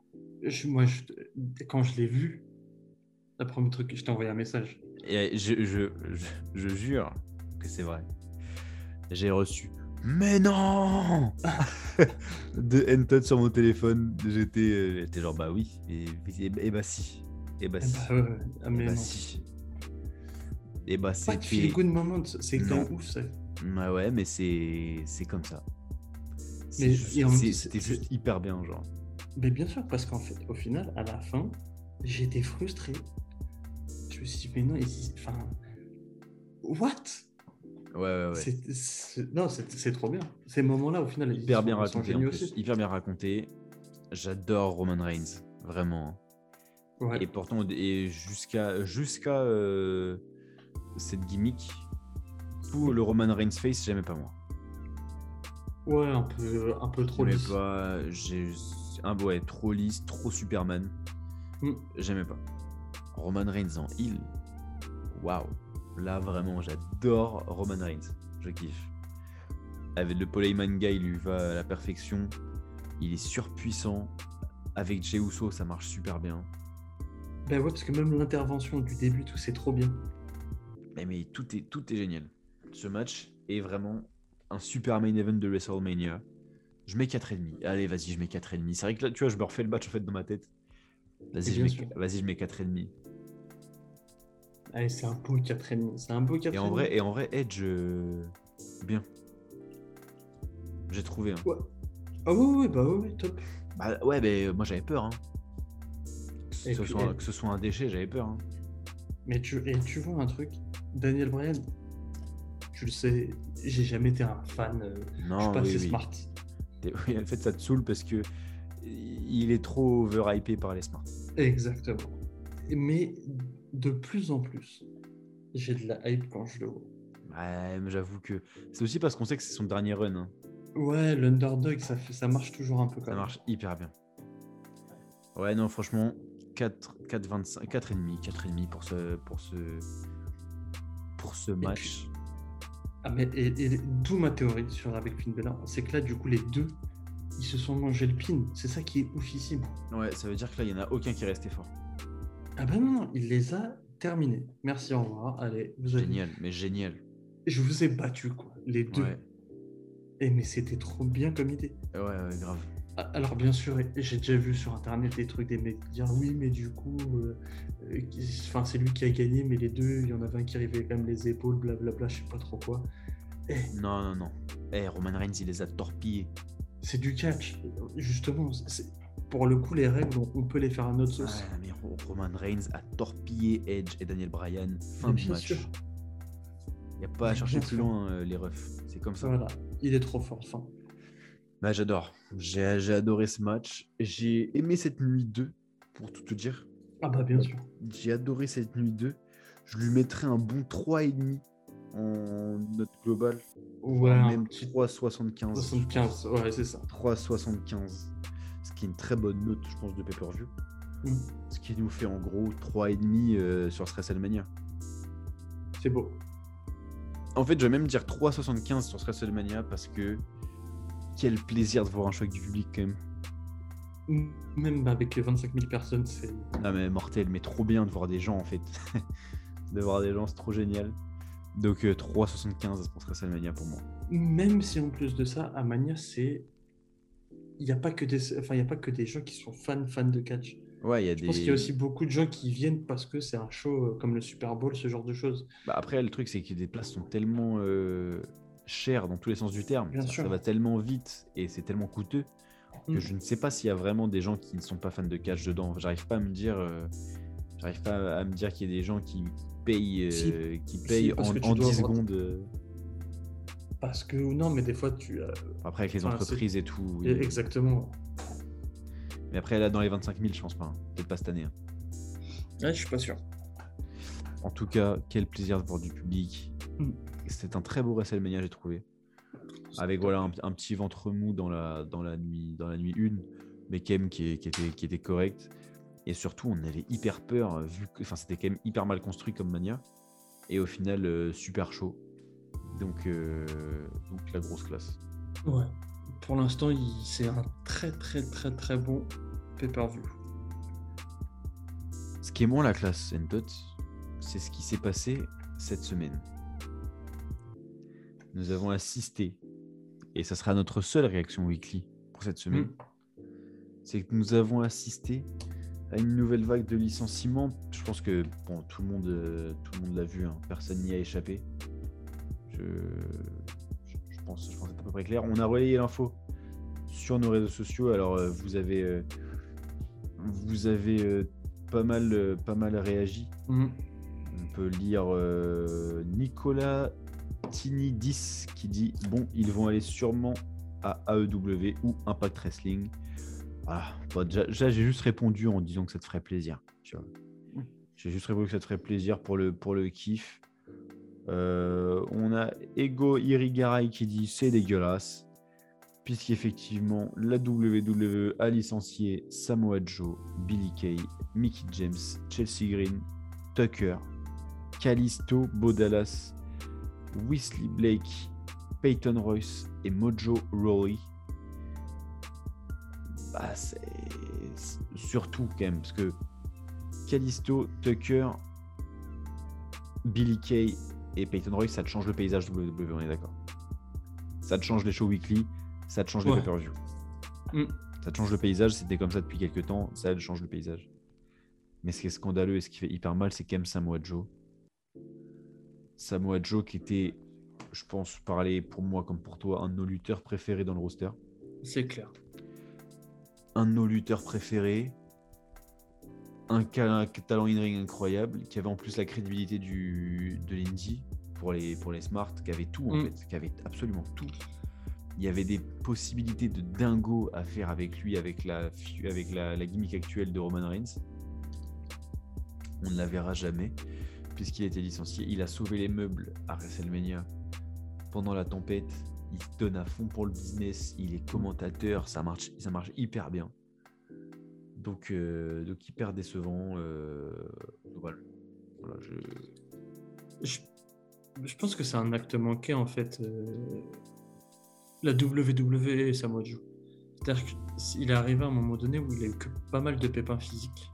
[SPEAKER 2] Quand je l'ai vu, le premier truc, je t'ai envoyé un message.
[SPEAKER 1] Et je jure que c'est vrai. J'ai reçu « Mais non !» de N-Tot sur mon téléphone. J'étais genre « Bah oui, et bah si. Et bah si.
[SPEAKER 2] Mais non.
[SPEAKER 1] Si. » Et bah c'est...
[SPEAKER 2] Pas de feel good moment, c'est grand ouf ça.
[SPEAKER 1] Ouais, mais c'est comme ça. C'était juste hyper bien, genre.
[SPEAKER 2] Mais bien sûr, parce qu'en fait, au final, à la fin, j'étais frustré. Je me suis dit, mais non, enfin... What?
[SPEAKER 1] Ouais.
[SPEAKER 2] Non, c'est trop bien. Ces moments-là, au final,
[SPEAKER 1] hyper bien raconté en plus. Hyper bien raconté. J'adore Roman Reigns, vraiment.
[SPEAKER 2] Ouais.
[SPEAKER 1] Et pourtant, jusqu'à cette gimmick, tout le Roman Reigns face, j'aimais pas moi.
[SPEAKER 2] Ouais, un peu trop lisse.
[SPEAKER 1] Trop lisse, trop Superman. J'aimais pas. Roman Reigns en heel, waouh. Là, vraiment, j'adore Roman Reigns. Je kiffe. Avec le Paul Heyman guy, il lui va à la perfection. Il est surpuissant. Avec Jey Uso, ça marche super bien.
[SPEAKER 2] Ben ouais, parce que même l'intervention du début, tout, c'est trop bien.
[SPEAKER 1] Mais tout est génial. Ce match est vraiment un super main event de WrestleMania. Je mets 4,5. Allez, vas-y, je mets 4,5. C'est vrai que là, tu vois, je me refais le match en fait dans ma tête. Vas-y, je mets 4,5.
[SPEAKER 2] Allez, c'est un beau 4,5. C'est un beau 4,5.
[SPEAKER 1] Et en vrai, Edge, bien. J'ai trouvé. Hein.
[SPEAKER 2] Ouais. Ah ouais, top.
[SPEAKER 1] Bah ouais, mais moi j'avais peur. Hein. Que ce soit un déchet, j'avais peur. Hein.
[SPEAKER 2] Mais tu vois un truc, Daniel Bryan, tu le sais, j'ai jamais été un fan. Je suis pas assez smart.
[SPEAKER 1] Oui, en fait, ça te saoule parce que il est trop overhypé par les smarts.
[SPEAKER 2] Exactement. Mais de plus en plus, j'ai de la hype quand je le vois.
[SPEAKER 1] Ouais, mais j'avoue que c'est aussi parce qu'on sait que c'est son dernier run. Hein.
[SPEAKER 2] Ouais, l'underdog, ça marche toujours un peu comme
[SPEAKER 1] ça. marche hyper bien. Ouais, non, franchement, 4,25, 4,5 pour ce match.
[SPEAKER 2] Et d'où ma théorie avec Finn Balor, c'est que là, du coup, les deux, ils se sont mangé le pin. C'est ça qui est oufissime.
[SPEAKER 1] Ouais, ça veut dire que là, il n'y en a aucun qui est resté fort.
[SPEAKER 2] Ah ben non, il les a terminés. Merci, au revoir. Allez,
[SPEAKER 1] génial, mais génial.
[SPEAKER 2] Je vous ai battu, quoi, les deux.
[SPEAKER 1] Ouais.
[SPEAKER 2] Mais c'était trop bien comme idée.
[SPEAKER 1] Ouais, grave.
[SPEAKER 2] Alors bien sûr, j'ai déjà vu sur internet des trucs des mecs dire oui, mais du coup, c'est lui qui a gagné, mais les deux, il y en avait un qui arrivait quand même les épaules, blablabla, je sais pas trop quoi.
[SPEAKER 1] Non. Roman Reigns, il les a torpillés.
[SPEAKER 2] C'est du catch, justement. Pour le coup, les règles, on peut les faire à notre sauce.
[SPEAKER 1] Ouais, mais Roman Reigns a torpillé Edge et Daniel Bryan fin de match. Il n'y a pas à chercher plus loin les refs. C'est comme ça.
[SPEAKER 2] Voilà, il est trop fort. Fin.
[SPEAKER 1] Bah, j'adore. J'ai adoré ce match. J'ai aimé cette nuit 2, pour tout te dire.
[SPEAKER 2] Ah bah bien sûr.
[SPEAKER 1] J'ai adoré cette nuit 2. Je lui mettrais un bon 3,5 en note globale.
[SPEAKER 2] Ouais,
[SPEAKER 1] même 3,75.
[SPEAKER 2] 75, ouais, c'est ça.
[SPEAKER 1] 3,75. Ce qui est une très bonne note, je pense, de pay-per-view. Ce qui nous fait en gros 3,5 sur ce WrestleMania.
[SPEAKER 2] C'est beau.
[SPEAKER 1] En fait, je vais même dire 3,75 sur ce WrestleMania parce que quel plaisir de voir un show avec du public quand même.
[SPEAKER 2] Même avec les 25 000 personnes, c'est...
[SPEAKER 1] Non mais mortel, mais trop bien de voir des gens en fait. De voir des gens, c'est trop génial. Donc 3,75 pour WrestleMania pour moi.
[SPEAKER 2] Même si en plus de ça, à Mania, c'est... Il n'y a pas que des gens qui sont fans de catch.
[SPEAKER 1] Ouais,
[SPEAKER 2] je pense qu'il y a aussi beaucoup de gens qui viennent parce que c'est un show comme le Super Bowl, ce genre de choses.
[SPEAKER 1] Bah après, le truc, c'est que les places sont tellement chères dans tous les sens du terme. Ça va tellement vite et c'est tellement coûteux que je ne sais pas s'il y a vraiment des gens qui ne sont pas fans de catch dedans. J'arrive pas à me dire qu'il y a des gens qui payent, en 10 secondes.
[SPEAKER 2] Parce que non, mais des fois tu.
[SPEAKER 1] Après avec les entreprises et tout.
[SPEAKER 2] Oui. Exactement.
[SPEAKER 1] Mais après là dans les 25 000, je pense pas. Hein. Peut-être pas cette année. Hein.
[SPEAKER 2] Ouais, je suis pas sûr.
[SPEAKER 1] En tout cas, quel plaisir de voir du public. C'était un très beau WrestleMania, j'ai trouvé. Avec voilà un petit ventre mou dans la nuit 1, mais quand même qui était correct. Et surtout, on avait hyper peur vu que c'était quand même hyper mal construit comme Mania. Et au final, super chaud. Donc la grosse classe.
[SPEAKER 2] Ouais. Pour l'instant, c'est un très très très très bon pay-per-view.
[SPEAKER 1] Ce qui est moins la classe, Entot, c'est ce qui s'est passé cette semaine. Nous avons assisté, et ça sera notre seule réaction weekly pour cette semaine, c'est que nous avons assisté à une nouvelle vague de licenciements. Je pense que bon, tout le monde l'a vu, hein. Personne n'y a échappé. Je pense être à peu près clair. On a relayé l'info sur nos réseaux sociaux. Alors vous avez pas mal réagi. On peut lire Nicolas Tini10 qui dit bon, ils vont aller sûrement à AEW ou Impact Wrestling. Ah, bon, déjà j'ai juste répondu en disant que ça te ferait plaisir. Tu vois. J'ai juste répondu que ça te ferait plaisir pour le kiff. On a Ego Irigaray qui dit c'est dégueulasse, puisqu'effectivement la WWE a licencié Samoa Joe, Billy Kay, Mickie James, Chelsea Green, Tucker, Kalisto, Bo Dallas, Wesley Blake, Peyton Royce et Mojo Rawley. Bah, c'est surtout quand même parce que Kalisto, Tucker, Billy Kay et Peyton Royce, ça te change le paysage WWE, on est d'accord. Ça te change les shows weekly, ça te change les pay-per-view. Ça te change le paysage, c'était comme ça depuis quelques temps, ça te change le paysage. Mais ce qui est scandaleux et ce qui fait hyper mal, c'est quand même Samoa Joe. Samoa Joe qui était, je pense, parler pour moi comme pour toi, un de nos lutteurs préférés dans le roster.
[SPEAKER 2] C'est clair.
[SPEAKER 1] Un de nos lutteurs préférés, un talent in-ring incroyable, qui avait en plus la crédibilité de l'indie. pour les Smart, qui avait tout en fait, qui avait absolument tout. Il y avait des possibilités de dingo à faire avec lui, avec la gimmick actuelle de Roman Reigns. On ne la verra jamais, puisqu'il a été licencié. Il a sauvé les meubles à WrestleMania pendant la tempête. Il se donne à fond pour le business. Il est commentateur, ça marche hyper bien. Donc hyper décevant. Voilà,
[SPEAKER 2] je pense que c'est un acte manqué en fait. La WWE et Samoa Joe. C'est-à-dire qu'il est arrivé à un moment donné où il a eu que pas mal de pépins physiques.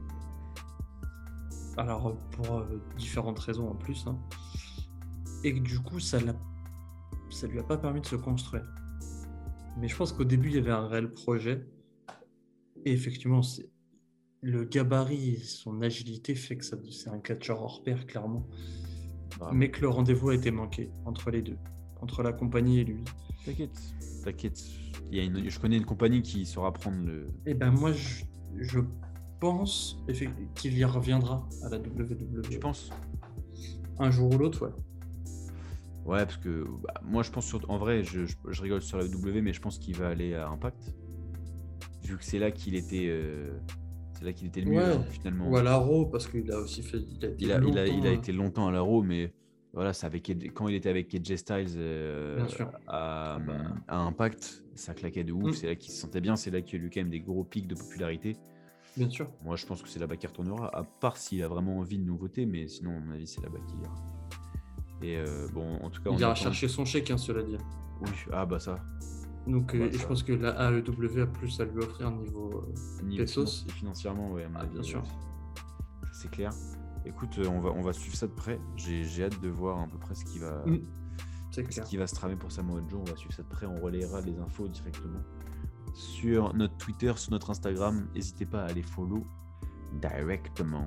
[SPEAKER 2] Alors pour différentes raisons en plus. Hein. Et que du coup ça lui a pas permis de se construire. Mais je pense qu'au début il y avait un réel projet. Et effectivement, le gabarit et son agilité fait que c'est un catcheur hors pair, clairement. Vraiment. Mais que le rendez-vous a été manqué entre les deux, entre la compagnie et lui.
[SPEAKER 1] T'inquiète. Je connais une compagnie qui saura prendre le...
[SPEAKER 2] Eh ben moi, je pense qu'il y reviendra à la WWE.
[SPEAKER 1] Tu penses ?
[SPEAKER 2] Un jour ou l'autre, ouais.
[SPEAKER 1] Ouais, parce que moi, je pense en vrai, je rigole sur la WWE, mais je pense qu'il va aller à Impact. Vu que c'est là qu'il était le mieux,
[SPEAKER 2] ouais,
[SPEAKER 1] finalement.
[SPEAKER 2] Ou à la Raw, parce qu'il a aussi fait...
[SPEAKER 1] Il a été longtemps à la Raw, mais voilà, quand il était avec AJ Styles à Impact, ça claquait de ouf. C'est là qu'il se sentait bien, c'est là qu'il y a eu quand même des gros pics de popularité.
[SPEAKER 2] Bien sûr.
[SPEAKER 1] Moi, je pense que c'est là-bas qu'il retournera, à part s'il a vraiment envie de nouveautés, mais sinon, à mon avis, c'est là-bas qu'il ira. Et bon, en tout cas...
[SPEAKER 2] Il ira chercher son chèque, hein, cela dit.
[SPEAKER 1] Oui, ça...
[SPEAKER 2] Donc, et je pense que la AEW a plus à lui offrir niveau pesos.
[SPEAKER 1] Financièrement, ouais,
[SPEAKER 2] bien sûr.
[SPEAKER 1] Ça, c'est clair. Écoute, on va suivre ça de près. J'ai hâte de voir à peu près ce qui va se tramer pour Samoa Joe. On va suivre ça de près. On relayera les infos directement sur notre Twitter, sur notre Instagram. N'hésitez pas à aller follow directement.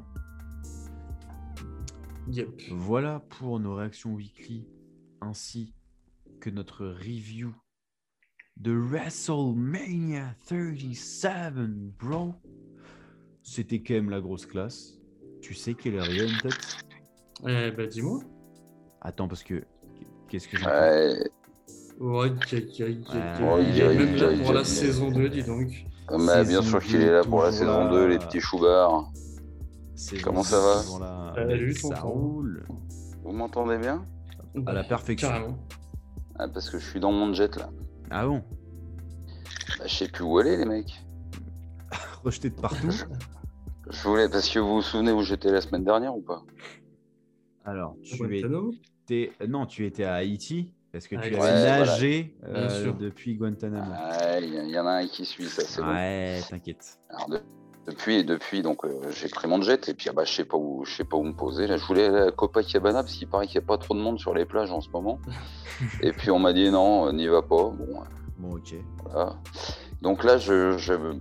[SPEAKER 2] Yep.
[SPEAKER 1] Voilà pour nos réactions weekly ainsi que notre review de WrestleMania 37, bro. C'était quand même la grosse classe. Tu sais quelle heure il est, une tête
[SPEAKER 2] dis-moi.
[SPEAKER 1] Attends, parce que... Qu'est-ce que j'ai
[SPEAKER 2] même là pour la saison 2, dis donc.
[SPEAKER 3] Bien sûr qu'il est là pour la saison 2, les petits choubards. Comment ça va?
[SPEAKER 1] Ça roule.
[SPEAKER 3] Vous m'entendez bien?
[SPEAKER 1] À la perfection.
[SPEAKER 2] Carrément.
[SPEAKER 3] Parce que je suis dans mon jet, là.
[SPEAKER 1] Ah bon?
[SPEAKER 3] Je sais plus où aller, les mecs.
[SPEAKER 1] Rejeté de partout.
[SPEAKER 3] Je voulais, parce que vous vous souvenez où j'étais la semaine dernière ou pas?
[SPEAKER 1] Alors, tu étais à Haïti, parce que tu avais nagé depuis Guantanamo.
[SPEAKER 3] Il y en a un qui suit, ça, c'est bon.
[SPEAKER 1] Ouais, t'inquiète.
[SPEAKER 3] Alors, depuis, donc j'ai pris mon jet et puis je sais pas où me poser. Là, je voulais aller à Copacabana parce qu'il paraît qu'il n'y a pas trop de monde sur les plages en ce moment. Et puis on m'a dit non, n'y va pas.
[SPEAKER 1] Bon, ok.
[SPEAKER 3] Voilà. Donc là, je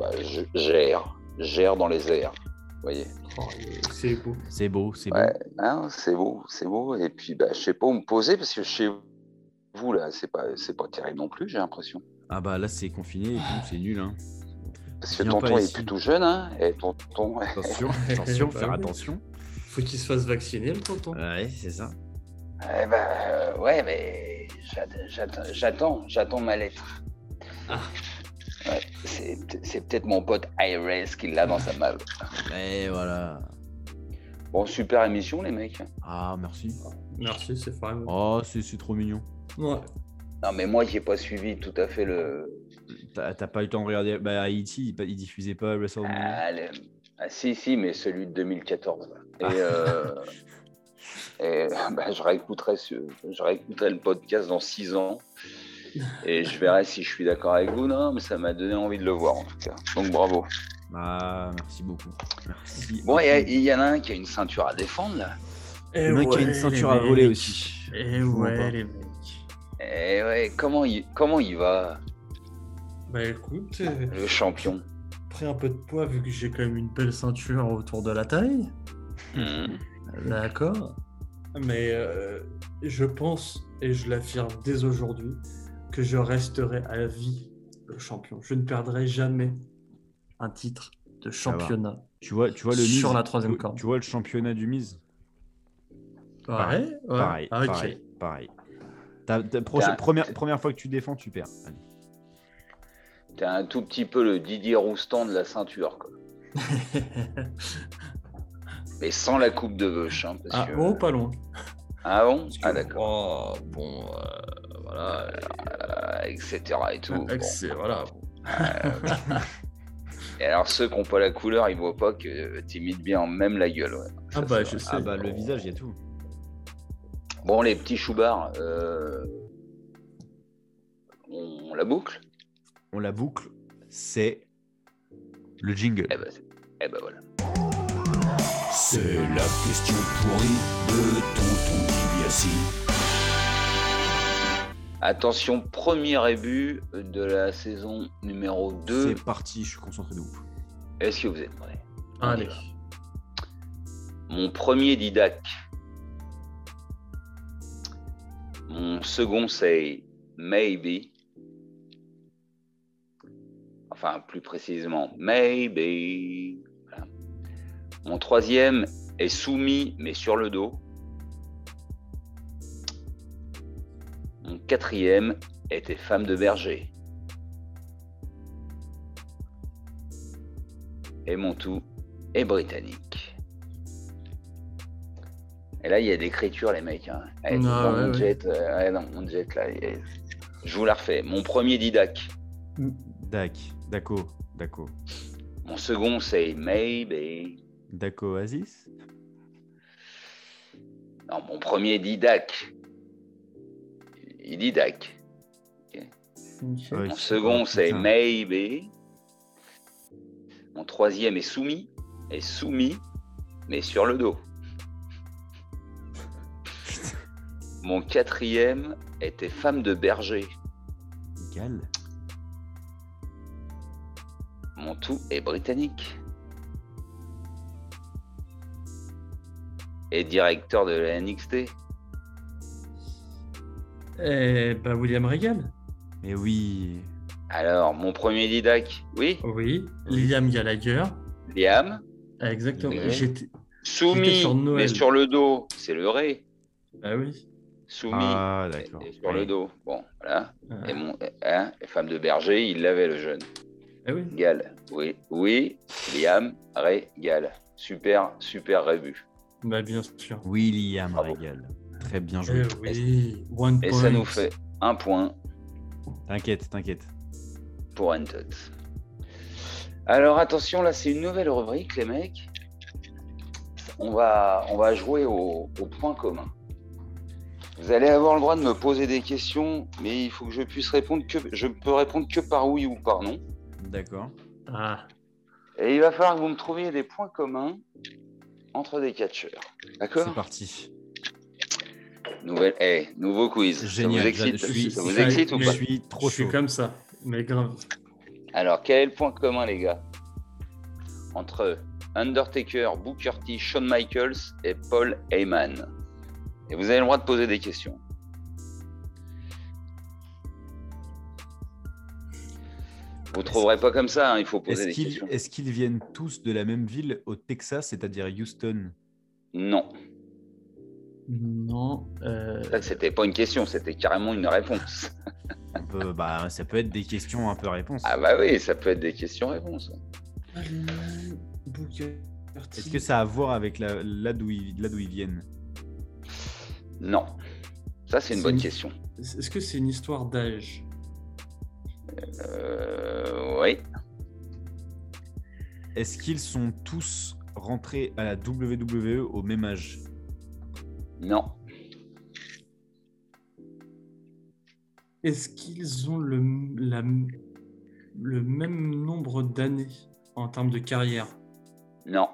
[SPEAKER 3] gère dans les airs. Vous voyez.
[SPEAKER 2] C'est beau.
[SPEAKER 1] C'est beau.
[SPEAKER 3] Ouais, non, c'est beau. Et puis je sais pas où me poser parce que chez vous là, c'est pas terrible non plus, j'ai l'impression.
[SPEAKER 1] Ah bah là c'est confiné et tout, c'est nul, hein.
[SPEAKER 3] Parce que tonton est plutôt jeune, hein. Et tonton.
[SPEAKER 1] Attention, faire attention.
[SPEAKER 2] Faut qu'il se fasse vacciner, le tonton.
[SPEAKER 1] Ouais, c'est ça.
[SPEAKER 3] Ouais, mais j'attends ma lettre. Ouais, c'est peut-être mon pote Iris qui l'a dans sa malle.
[SPEAKER 1] Et voilà.
[SPEAKER 3] Bon, super émission, les mecs.
[SPEAKER 1] Ah, merci.
[SPEAKER 2] Merci, c'est fun.
[SPEAKER 1] Oh, c'est trop mignon.
[SPEAKER 2] Ouais.
[SPEAKER 3] Non, mais moi, j'ai pas suivi tout à fait le...
[SPEAKER 1] T'as pas eu le temps de regarder... Bah, à Haïti, ils diffusaient pas WrestleMania.
[SPEAKER 3] Si, mais celui de 2014. Et je réécouterai le podcast dans 6 ans. Et je verrai si je suis d'accord avec vous. Non, mais ça m'a donné envie de le voir, en tout cas. Donc, bravo.
[SPEAKER 1] Ah, merci beaucoup. Merci.
[SPEAKER 3] Bon, il y en a un qui a une ceinture à défendre, là.
[SPEAKER 1] Il y en a un qui a une ceinture à voler aussi.
[SPEAKER 2] Et ouais, les mecs.
[SPEAKER 3] Et ouais, comment il va?
[SPEAKER 2] Bah écoute,
[SPEAKER 3] le champion.
[SPEAKER 2] Pris un peu de poids vu que j'ai quand même une belle ceinture autour de la taille. D'accord. Mais je pense, et je l'affirme dès aujourd'hui, que je resterai à vie le champion. Je ne perdrai jamais un titre de championnat.
[SPEAKER 1] Tu vois le
[SPEAKER 2] sur
[SPEAKER 1] Miz,
[SPEAKER 2] la troisième corde.
[SPEAKER 1] Tu vois le championnat du Miz?
[SPEAKER 2] Ouais.
[SPEAKER 1] Pareil.
[SPEAKER 2] Ah, ok.
[SPEAKER 1] Pareil. Première fois que tu défends, tu perds. Allez.
[SPEAKER 3] T'es un tout petit peu le Didier Roustan de la ceinture, quoi. Mais sans la coupe de veuche. Hein, parce que...
[SPEAKER 2] pas loin.
[SPEAKER 3] Ah bon? Ah d'accord.
[SPEAKER 2] Voilà.
[SPEAKER 3] Etc. et tout. Bon.
[SPEAKER 2] Voilà.
[SPEAKER 3] Et alors ceux qui n'ont pas la couleur, ils voient pas que tu imites bien même la gueule. Ouais. Ça,
[SPEAKER 2] je sais.
[SPEAKER 1] Le visage, il y a tout.
[SPEAKER 3] Bon, les petits choubards, on la boucle?
[SPEAKER 1] On la boucle, c'est le jingle.
[SPEAKER 3] Eh ben voilà.
[SPEAKER 4] C'est la question pourrie de Tonton DiBiase.
[SPEAKER 3] Attention, premier rébut de la saison numéro 2.
[SPEAKER 1] C'est parti, je suis concentré de ouf.
[SPEAKER 3] Est-ce que vous êtes prêts?
[SPEAKER 2] Allez.
[SPEAKER 3] Mon premier Didac. Mon second, c'est Maybe. Enfin, plus précisément, Maybe. Voilà. Mon troisième est Soumis, mais sur le dos. Mon quatrième était Femme de berger. Et mon tout est britannique. Et là, il y a d'écriture, les mecs. Hein. Mon jet là. Je vous la refais. Mon premier dit Dac.
[SPEAKER 1] Daco.
[SPEAKER 3] Mon second, c'est Maybe.
[SPEAKER 1] Daco Oasis.
[SPEAKER 3] Non, mon premier dit Dac. Il dit Dac. Okay. Mon second, c'est Maybe. Mon troisième est Soumis. Mais sur le dos. Mon quatrième était Femme de berger.
[SPEAKER 1] Gal.
[SPEAKER 3] Mon tout est britannique. Et directeur de la NXT.
[SPEAKER 2] William Regal.
[SPEAKER 1] Mais oui.
[SPEAKER 3] Alors, mon premier Didac, oui.
[SPEAKER 2] Oui. Liam Gallagher.
[SPEAKER 3] Liam.
[SPEAKER 2] Exactement.
[SPEAKER 3] Soumis, mais sur le dos, c'est le Ré.
[SPEAKER 2] Ah oui.
[SPEAKER 3] Soumis,
[SPEAKER 1] d'accord.
[SPEAKER 3] et sur le dos. Bon, voilà. Et mon Femme de berger, il l'avait, le jeune.
[SPEAKER 2] Ah oui.
[SPEAKER 3] Gal. Oui. Liam Regal. Super rébut.
[SPEAKER 2] Bien sûr.
[SPEAKER 1] William Regal. Très bien joué.
[SPEAKER 2] Oui.
[SPEAKER 3] Et ça nous fait 1 point.
[SPEAKER 1] T'inquiète.
[SPEAKER 3] Pour Entot. Alors attention, là c'est une nouvelle rubrique, les mecs. On va jouer au point commun. Vous allez avoir le droit de me poser des questions, mais il faut que je puisse répondre je peux répondre que par oui ou par non.
[SPEAKER 1] D'accord.
[SPEAKER 3] Et il va falloir que vous me trouviez des points communs entre des catcheurs. D'accord ?
[SPEAKER 1] C'est parti.
[SPEAKER 3] Nouveau quiz.
[SPEAKER 1] Génial.
[SPEAKER 3] Ça vous excite ou pas ?
[SPEAKER 1] Je suis trop chaud.
[SPEAKER 2] Je suis comme ça, mais grave.
[SPEAKER 3] Alors, quel est le point commun, les gars, entre Undertaker, Booker T, Shawn Michaels et Paul Heyman ? Et vous avez le droit de poser des questions. Vous ne trouverez pas comme ça, hein, il faut poser des questions.
[SPEAKER 1] Est-ce qu'ils viennent tous de la même ville au Texas, c'est-à-dire Houston ?
[SPEAKER 3] Non.
[SPEAKER 2] Non.
[SPEAKER 3] Ça, c'était pas une question, c'était carrément une réponse.
[SPEAKER 1] Ça peut être des questions un peu réponses.
[SPEAKER 3] Ah bah oui, ça peut être des questions-réponses.
[SPEAKER 1] Est-ce que ça a à voir avec là d'où ils viennent ?
[SPEAKER 3] Non. Ça, c'est une bonne question.
[SPEAKER 2] Est-ce que c'est une histoire d'âge ?
[SPEAKER 3] Oui.
[SPEAKER 1] Est-ce qu'ils sont tous rentrés à la WWE au même âge ?
[SPEAKER 3] Non.
[SPEAKER 2] Est-ce qu'ils ont le même nombre d'années en termes de carrière ?
[SPEAKER 3] Non.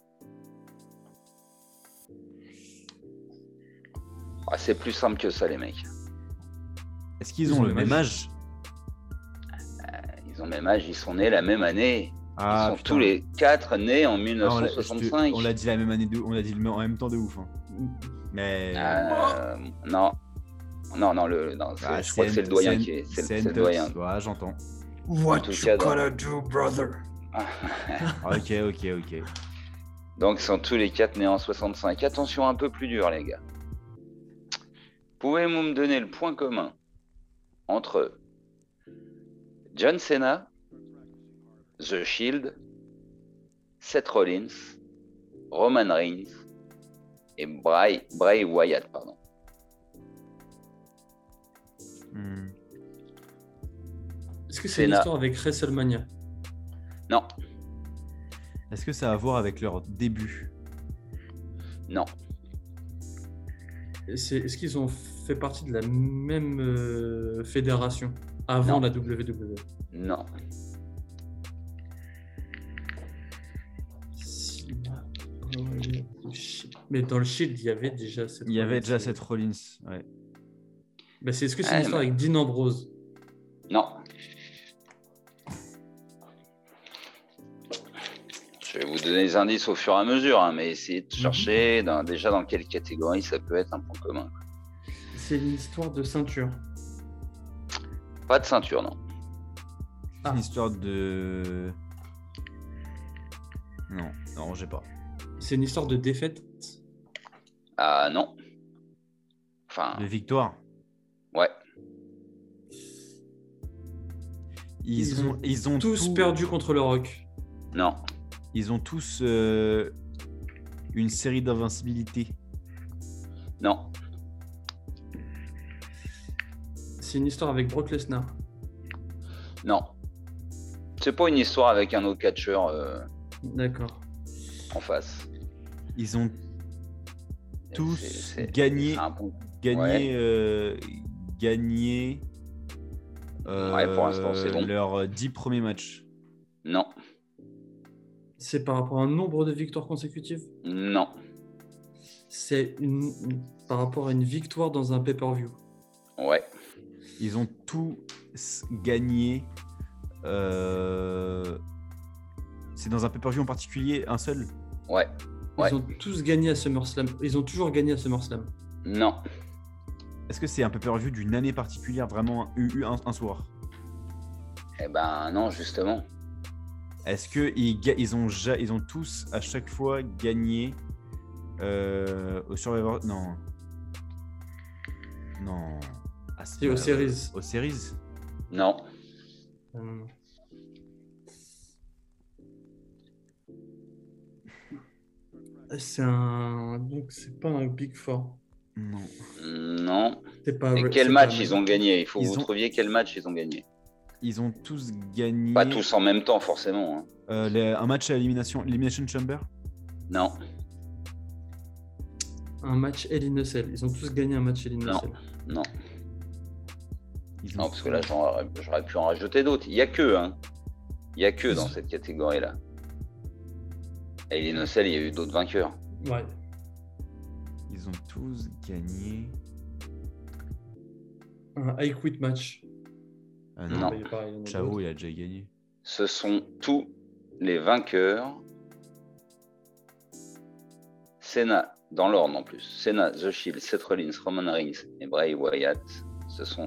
[SPEAKER 3] C'est plus simple que ça, les mecs.
[SPEAKER 1] Est-ce qu'ils ont le même âge ?
[SPEAKER 3] Ils ont le même âge, ils sont nés la même année. Ils sont tous les 4 nés en 1965.
[SPEAKER 1] On l'a dit la même année, on l'a dit en même temps de ouf. Hein. Mais
[SPEAKER 3] non, je crois que c'est le doyen qui est. C'est le doyen.
[SPEAKER 1] Ouais, j'entends.
[SPEAKER 2] What you gonna do, brother?
[SPEAKER 1] Ok.
[SPEAKER 3] Donc, ils sont tous les 4 nés en 65. Attention, un peu plus dur, les gars. Pouvez-vous me donner le point commun entre John Cena, The Shield, Seth Rollins, Roman Reigns et Bray Wyatt, pardon.
[SPEAKER 2] Est-ce que c'est une histoire avec WrestleMania?
[SPEAKER 3] Non.
[SPEAKER 1] Est-ce que ça a à voir avec leur début?
[SPEAKER 3] Non.
[SPEAKER 2] Est-ce qu'ils ont fait partie de la même fédération avant la WWE?
[SPEAKER 3] Non.
[SPEAKER 2] Mais dans le Shield, il y avait déjà
[SPEAKER 1] Seth Rollins. Ouais.
[SPEAKER 2] Bah, est-ce que c'est une histoire avec Dean Ambrose?
[SPEAKER 3] Non. Je vais vous donner des indices au fur et à mesure, hein, mais essayez de chercher déjà dans quelle catégorie ça peut être un point commun.
[SPEAKER 2] C'est une histoire de ceinture.
[SPEAKER 3] Pas de ceinture, non.
[SPEAKER 1] Une histoire de... Non, j'ai pas.
[SPEAKER 2] C'est une histoire de défaite?
[SPEAKER 3] Ah non. Enfin...
[SPEAKER 1] De victoire?
[SPEAKER 3] Ouais.
[SPEAKER 2] Ils ont tous perdu contre le Rock?
[SPEAKER 3] Non.
[SPEAKER 1] Ils ont tous une série d'invincibilité?
[SPEAKER 3] Non.
[SPEAKER 2] C'est une histoire avec Brock Lesnar?
[SPEAKER 3] Non. C'est pas une histoire avec un autre catcheur
[SPEAKER 2] D'accord.
[SPEAKER 3] En face.
[SPEAKER 1] Ils ont tous gagné
[SPEAKER 3] pour l'instant, c'est bon.
[SPEAKER 1] Leurs 10 premiers matchs?
[SPEAKER 3] Non.
[SPEAKER 2] C'est par rapport à un nombre de victoires consécutives?
[SPEAKER 3] Non.
[SPEAKER 2] C'est par rapport à une victoire dans un pay-per-view?
[SPEAKER 3] Ouais.
[SPEAKER 1] Ils ont tous gagné. C'est dans un pay-per-view en particulier, un seul?
[SPEAKER 3] Ouais.
[SPEAKER 2] Ils ont tous gagné à SummerSlam. Ils ont toujours gagné à SummerSlam?
[SPEAKER 3] Non.
[SPEAKER 1] Est-ce que c'est un pay-per-view d'une année particulière, vraiment un soir?
[SPEAKER 3] Eh ben non, justement.
[SPEAKER 1] Est-ce qu'ils ont tous à chaque fois gagné au Survivor? Non. Ah,
[SPEAKER 2] c'est aux Series.
[SPEAKER 1] Aux Series?
[SPEAKER 3] Non.
[SPEAKER 2] Non. Donc c'est pas un Big Four?
[SPEAKER 3] Non.
[SPEAKER 2] C'est pas.
[SPEAKER 3] Et quel match ils ont gagné? Il faut que vous trouviez quel match ils ont gagné.
[SPEAKER 1] Ils ont tous gagné.
[SPEAKER 3] Pas tous en même temps, forcément.
[SPEAKER 1] Un match à Elimination Chamber?
[SPEAKER 3] Non.
[SPEAKER 2] Un match Hell in a Cell. Ils ont tous gagné un match Hell in a Cell?
[SPEAKER 3] Non. Non, parce que là, j'aurais pu en rajouter d'autres. Il n'y a que, Il y a que dans cette catégorie-là. Hell in a Cell, il y a eu d'autres vainqueurs.
[SPEAKER 2] Ouais.
[SPEAKER 1] Ils ont tous gagné.
[SPEAKER 2] Un I Quit match?
[SPEAKER 3] Non.
[SPEAKER 1] Chavo, il a déjà gagné.
[SPEAKER 3] Ce sont tous les vainqueurs. Cena, dans l'ordre en plus. Cena, The Shield, Seth Rollins, Roman Reigns et Bray Wyatt. Ce sont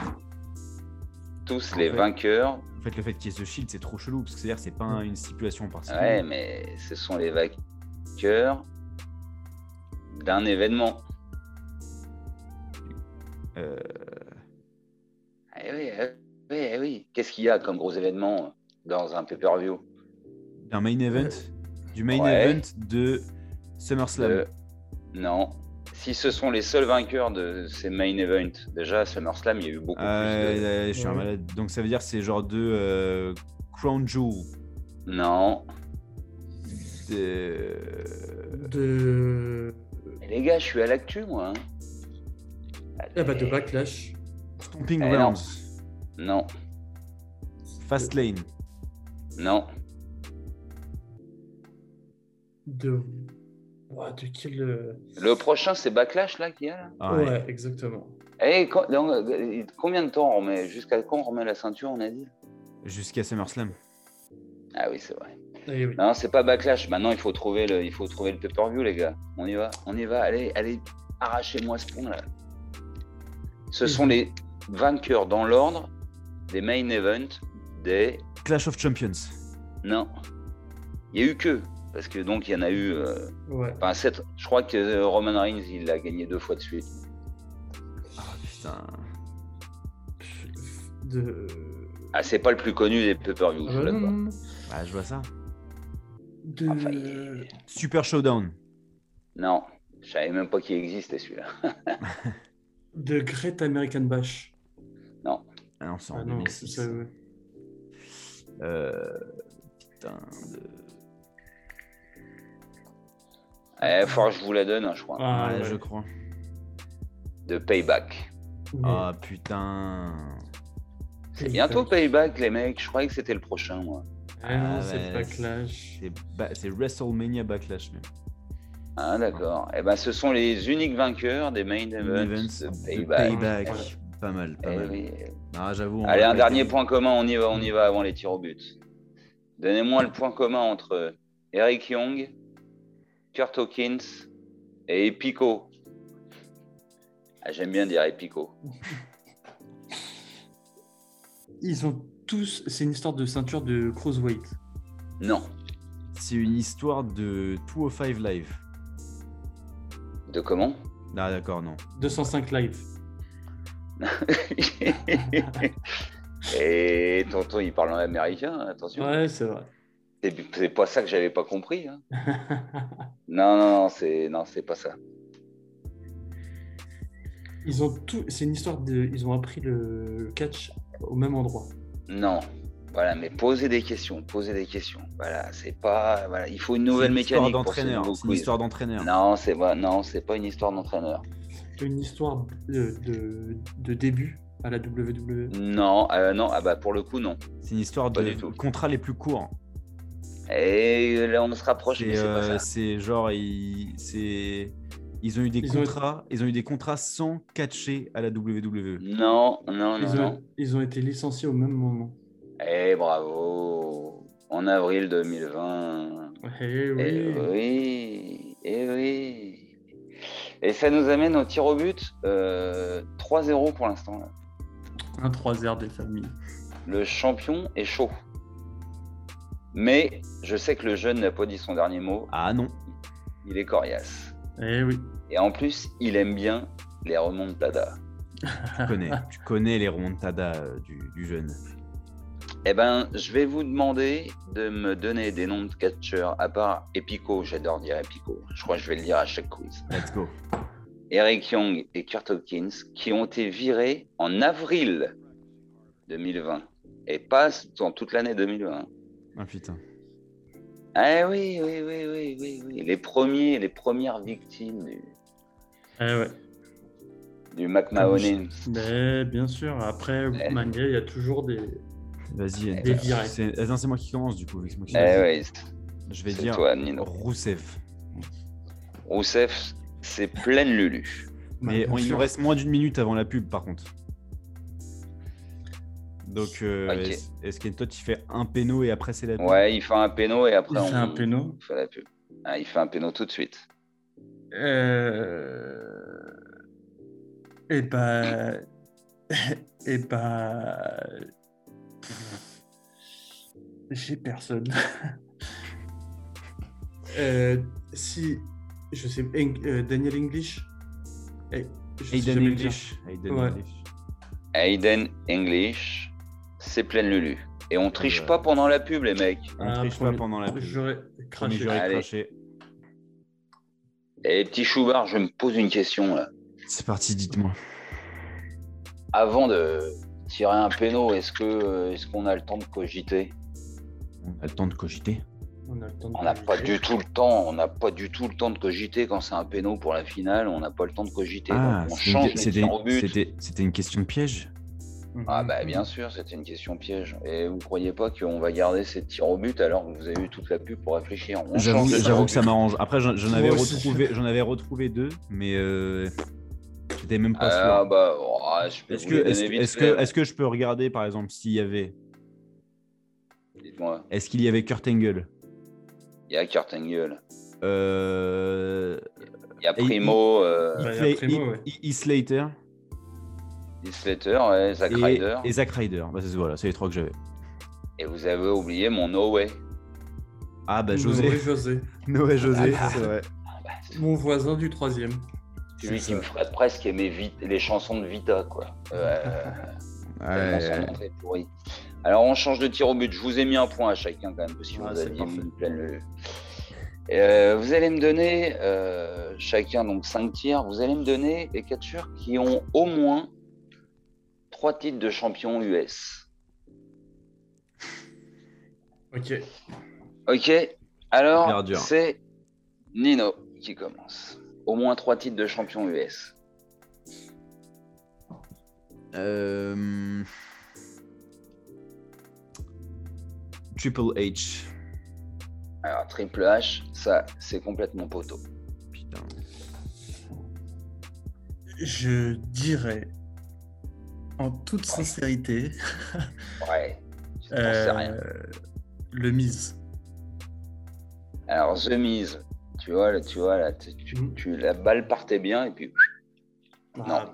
[SPEAKER 3] tous les vainqueurs.
[SPEAKER 1] En fait, le fait qu'il y ait The Shield, c'est trop chelou, parce que c'est-à-dire c'est pas une stipulation particulière.
[SPEAKER 3] Ouais, mais ce sont les vainqueurs d'un événement. Oui. Qu'est-ce qu'il y a comme gros événement dans un pay-per-view?
[SPEAKER 1] D'un main event? Du main event de SummerSlam?
[SPEAKER 3] Non. Si ce sont les seuls vainqueurs de ces main events, déjà à SummerSlam, il y a eu beaucoup plus de...
[SPEAKER 1] Je suis un malade. Donc ça veut dire que c'est genre de Crown Jewel?
[SPEAKER 3] Non.
[SPEAKER 2] De...
[SPEAKER 3] Et les gars, je suis à l'actu, moi.
[SPEAKER 2] De Backlash.
[SPEAKER 1] Stomping Grounds?
[SPEAKER 3] Non.
[SPEAKER 1] Fastlane?
[SPEAKER 3] Non.
[SPEAKER 2] De quel...
[SPEAKER 3] Le prochain, c'est Backlash, là, qu'il y a là?
[SPEAKER 2] Ouais, exactement.
[SPEAKER 3] Et combien de temps on remet? Jusqu'à quand on remet la ceinture, on a dit?
[SPEAKER 1] Jusqu'à SummerSlam.
[SPEAKER 3] Ah oui, c'est vrai.
[SPEAKER 2] Eh oui.
[SPEAKER 3] Non, c'est pas Backlash. Maintenant, il faut trouver le pay-per-view, les gars. On y va. Allez, arrachez-moi ce point-là. Ce sont les vainqueurs dans l'ordre des main events des...
[SPEAKER 1] Clash of Champions?
[SPEAKER 3] Non. Il y a eu que... Parce que donc, il y en a eu...
[SPEAKER 2] Ouais.
[SPEAKER 3] Enfin, je crois que Roman Reigns, il l'a gagné 2 fois de suite. Ah, c'est pas le plus connu des pay-per-view, je l'ai pas.
[SPEAKER 2] non.
[SPEAKER 1] Ah, je vois ça.
[SPEAKER 3] Enfin,
[SPEAKER 1] Super Showdown.
[SPEAKER 3] Non, je savais même pas qu'il existait celui-là.
[SPEAKER 2] The Great American Bash.
[SPEAKER 3] Non.
[SPEAKER 1] Ah non, c'est en
[SPEAKER 2] Ah non,
[SPEAKER 1] 2006.
[SPEAKER 2] c'est ça, ouais.
[SPEAKER 1] Putain de...
[SPEAKER 3] Faut que je vous la donne, hein, je crois.
[SPEAKER 2] Ah,
[SPEAKER 1] ouais,
[SPEAKER 2] ouais.
[SPEAKER 1] je crois.
[SPEAKER 3] De Payback.
[SPEAKER 2] Mais-
[SPEAKER 1] Ah putain.
[SPEAKER 3] C'est bientôt Payback, les mecs. Je croyais que c'était le prochain, moi.
[SPEAKER 2] Ah non,
[SPEAKER 1] Ah,
[SPEAKER 2] c'est
[SPEAKER 1] ouais,
[SPEAKER 2] Backlash.
[SPEAKER 1] C'est WrestleMania Backlash même.
[SPEAKER 3] Ah, d'accord. Eh ben, ce sont les uniques vainqueurs des main events de Payback.
[SPEAKER 1] Payback.
[SPEAKER 2] Voilà.
[SPEAKER 1] Pas mal, pas
[SPEAKER 3] Eh
[SPEAKER 1] mal.
[SPEAKER 3] oui.
[SPEAKER 1] Ah, j'avoue. on
[SPEAKER 3] Allez,
[SPEAKER 1] va
[SPEAKER 3] un
[SPEAKER 1] pas
[SPEAKER 3] dernier
[SPEAKER 1] être-
[SPEAKER 3] point commun, on y va avant les tirs au but. Donnez-moi le point commun entre Eric Young, Kurt Hawkins et Epico. Ah, j'aime bien dire Epico.
[SPEAKER 2] Ils ont tous. C'est une histoire de ceinture de cruiserweight.
[SPEAKER 3] Non.
[SPEAKER 1] C'est une histoire de 205 Live.
[SPEAKER 3] De comment?
[SPEAKER 1] Ah d'accord, non.
[SPEAKER 2] 205 live.
[SPEAKER 3] Et tonton, il parle en américain, attention.
[SPEAKER 2] Ouais, c'est vrai.
[SPEAKER 3] C'est pas ça que j'avais pas compris. Hein. Non, c'est pas ça.
[SPEAKER 2] Ils ont tout. C'est une histoire de. Ils ont appris le catch au même endroit.
[SPEAKER 3] Non. Voilà, mais posez des questions. Voilà, c'est pas. Voilà, il faut une nouvelle
[SPEAKER 1] C'est une histoire
[SPEAKER 3] mécanique pour ce
[SPEAKER 1] d'entraîneur.
[SPEAKER 3] nouveau
[SPEAKER 1] C'est une
[SPEAKER 3] quiz.
[SPEAKER 1] histoire d'entraîneur.
[SPEAKER 3] Non, c'est pas une histoire d'entraîneur.
[SPEAKER 2] Une histoire de début à la WWE.
[SPEAKER 3] Non, ah bah pour le coup non.
[SPEAKER 1] C'est une histoire
[SPEAKER 3] Pas
[SPEAKER 1] de
[SPEAKER 3] du tout.
[SPEAKER 1] contrats les plus courts.
[SPEAKER 3] Et là on se rapproche, mais c'est pas ça.
[SPEAKER 1] C'est genre ils ont eu des
[SPEAKER 2] Ils ont-
[SPEAKER 1] contrats, ils ont eu des contrats sans catcher à la WWE.
[SPEAKER 3] Non.
[SPEAKER 2] Ils ont été licenciés au même moment.
[SPEAKER 3] Eh bravo. En avril 2020.
[SPEAKER 2] Eh oui.
[SPEAKER 3] Eh oui. Et ça nous amène au tir au but. 3-0 pour l'instant. Là.
[SPEAKER 2] Un 3-0 des familles.
[SPEAKER 3] Le champion est chaud. Mais je sais que le jeune n'a pas dit son dernier mot.
[SPEAKER 1] Ah non.
[SPEAKER 3] Il est coriace.
[SPEAKER 2] Eh oui.
[SPEAKER 3] Et en plus, il aime bien les remontadas.
[SPEAKER 1] Tu connais les remontadas du jeune.
[SPEAKER 3] Eh ben, je vais vous demander de me donner des noms de catcheurs, à part Epico, j'adore dire Epico. Je crois que je vais le dire à chaque quiz.
[SPEAKER 1] Let's go.
[SPEAKER 3] Eric Young et Kurt Hawkins, qui ont été virés en avril 2020, et pas dans toute l'année 2020.
[SPEAKER 1] Ah putain.
[SPEAKER 3] Ah oui. Les premières victimes
[SPEAKER 2] Eh ouais.
[SPEAKER 3] du McMahon.
[SPEAKER 2] Mais bien sûr, après Mania, il y a toujours des.
[SPEAKER 1] Vas-y.
[SPEAKER 2] Des virés.
[SPEAKER 1] C'est moi qui commence du coup. c'est moi qui
[SPEAKER 3] Eh
[SPEAKER 1] commence.
[SPEAKER 3] ouais,
[SPEAKER 1] Je vais
[SPEAKER 3] c'est
[SPEAKER 1] dire
[SPEAKER 3] toi, Nino.
[SPEAKER 1] Rousseff.
[SPEAKER 3] Rousseff, c'est pleine Lulu.
[SPEAKER 1] Mais
[SPEAKER 2] Bien
[SPEAKER 1] il
[SPEAKER 2] sûr.
[SPEAKER 1] nous reste moins d'une minute avant la pub par contre. Donc
[SPEAKER 3] Ok.
[SPEAKER 1] est-ce qu'Entot il fait un péno et après c'est la pub?
[SPEAKER 3] Ouais, il fait un péno et après
[SPEAKER 2] Il fait un péno.
[SPEAKER 3] fait la pub. Ah, il fait un péno tout de suite.
[SPEAKER 2] Et bah. Et bah. J'ai personne. Si. Je sais. Daniel English. Je sais
[SPEAKER 1] Aiden
[SPEAKER 2] jamais le dire.
[SPEAKER 1] English. Aiden
[SPEAKER 2] Ouais.
[SPEAKER 1] English.
[SPEAKER 3] Aiden English, c'est pleine Lulu. Et on triche
[SPEAKER 1] Ouais.
[SPEAKER 3] pas pendant la pub, les mecs.
[SPEAKER 1] On triche pas pendant la pub.
[SPEAKER 2] J'aurais
[SPEAKER 1] Premier
[SPEAKER 2] craché.
[SPEAKER 1] juré
[SPEAKER 3] Allez.
[SPEAKER 1] craché.
[SPEAKER 3] Et petit Choubard, je me pose une question là.
[SPEAKER 1] C'est parti, dites-moi.
[SPEAKER 3] Avant de tirer un péno, est-ce qu'on a le temps de cogiter?
[SPEAKER 1] On a le temps de cogiter.
[SPEAKER 2] On a le temps de
[SPEAKER 3] On n'a pas
[SPEAKER 2] cogiter.
[SPEAKER 3] du tout le temps. On n'a pas du tout le temps de cogiter quand c'est un péno pour la finale. On n'a pas le temps de cogiter.
[SPEAKER 1] Ah,
[SPEAKER 3] Donc on change les tirs au but.
[SPEAKER 1] c'était une question de piège.
[SPEAKER 3] Ah bah bien sûr, c'était une question piège. Et vous croyez pas qu'on va garder ces tirs au but alors que vous avez eu toute la pub pour réfléchir? On change de tir au
[SPEAKER 1] J'avoue que ça
[SPEAKER 3] but.
[SPEAKER 1] m'arrange. Après, j'en avais
[SPEAKER 2] Moi aussi.
[SPEAKER 1] retrouvé deux, mais j'étais même pas
[SPEAKER 3] Ah
[SPEAKER 1] sûr.
[SPEAKER 3] bah, je peux
[SPEAKER 1] Est-ce
[SPEAKER 3] vous les
[SPEAKER 1] que,
[SPEAKER 3] donner vite fait.
[SPEAKER 1] est-ce que je peux regarder, par exemple, s'il y avait...
[SPEAKER 3] Dites-moi,
[SPEAKER 1] Est-ce qu'il y avait Kurt Angle?
[SPEAKER 3] il y a Kurt Angle,
[SPEAKER 1] Euh...
[SPEAKER 3] il y a Primo,
[SPEAKER 2] Bah, il y a Primo, ouais.
[SPEAKER 1] Heath Slater
[SPEAKER 3] Slater, ouais, Zack Ryder.
[SPEAKER 1] et Zack Ryder. Bah, voilà, c'est les trois que j'avais.
[SPEAKER 3] Et vous avez oublié mon No Way.
[SPEAKER 1] Ah bah
[SPEAKER 2] Oui,
[SPEAKER 1] José.
[SPEAKER 2] José.
[SPEAKER 1] Noé José,
[SPEAKER 3] Ah,
[SPEAKER 1] c'est vrai.
[SPEAKER 2] Mon voisin du 3e.
[SPEAKER 3] Celui
[SPEAKER 1] C'est
[SPEAKER 3] qui
[SPEAKER 1] ça.
[SPEAKER 3] me ferait presque aimer les chansons de Vita, quoi. Tellement son entrée est pourrie. Alors, on change de tir au but. Je vous ai mis un point à chacun quand même, parce que vous aviez mis une pleine... vous allez me donner, chacun donc 5 tirs, vous allez me donner les catcheurs qui ont au moins 3 titres de champion US. Ok, alors c'est Nino qui commence. Au moins 3 titres de champion US.
[SPEAKER 1] Triple H.
[SPEAKER 3] Alors, Triple H, ça, c'est complètement poteau.
[SPEAKER 1] Putain.
[SPEAKER 2] Je dirais, en toute sincérité,
[SPEAKER 3] ouais, je n'en sais rien.
[SPEAKER 2] Le Miz.
[SPEAKER 3] Alors, The Miz, tu vois, là, la balle partait bien et puis... Non.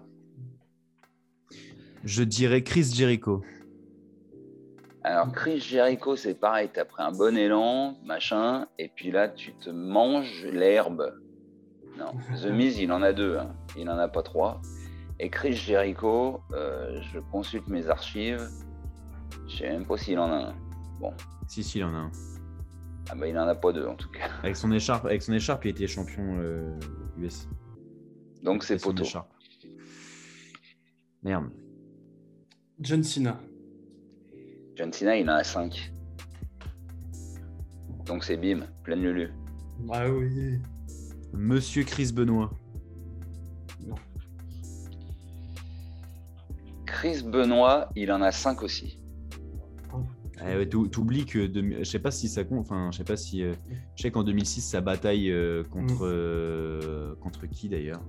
[SPEAKER 1] Je dirais Chris Jericho.
[SPEAKER 3] Alors, Chris Jericho, c'est pareil, t'as pris un bon élan, machin, et puis là, tu te manges l'herbe. Non, The Miz, il en a 2, hein. Il n'en a pas 3. Et Chris Jericho, je consulte mes archives, je sais même pas s'il en a un. Bon.
[SPEAKER 1] Si, il en a un.
[SPEAKER 3] Ah bah, il n'en a pas 2, en tout cas.
[SPEAKER 1] Avec son écharpe, il était champion US.
[SPEAKER 3] Donc, c'est poteau.
[SPEAKER 1] Merde.
[SPEAKER 2] John Cena.
[SPEAKER 3] John Cena, il en a 5. Donc c'est bim, pleine lulu.
[SPEAKER 2] Ah oui.
[SPEAKER 1] Monsieur Chris Benoit.
[SPEAKER 2] Non.
[SPEAKER 3] Chris Benoit, il en a 5 aussi.
[SPEAKER 1] Ouais, t'oublies que je sais pas si ça compte. Enfin, je sais pas si. Je sais qu'en 2006, sa bataille contre qui d'ailleurs.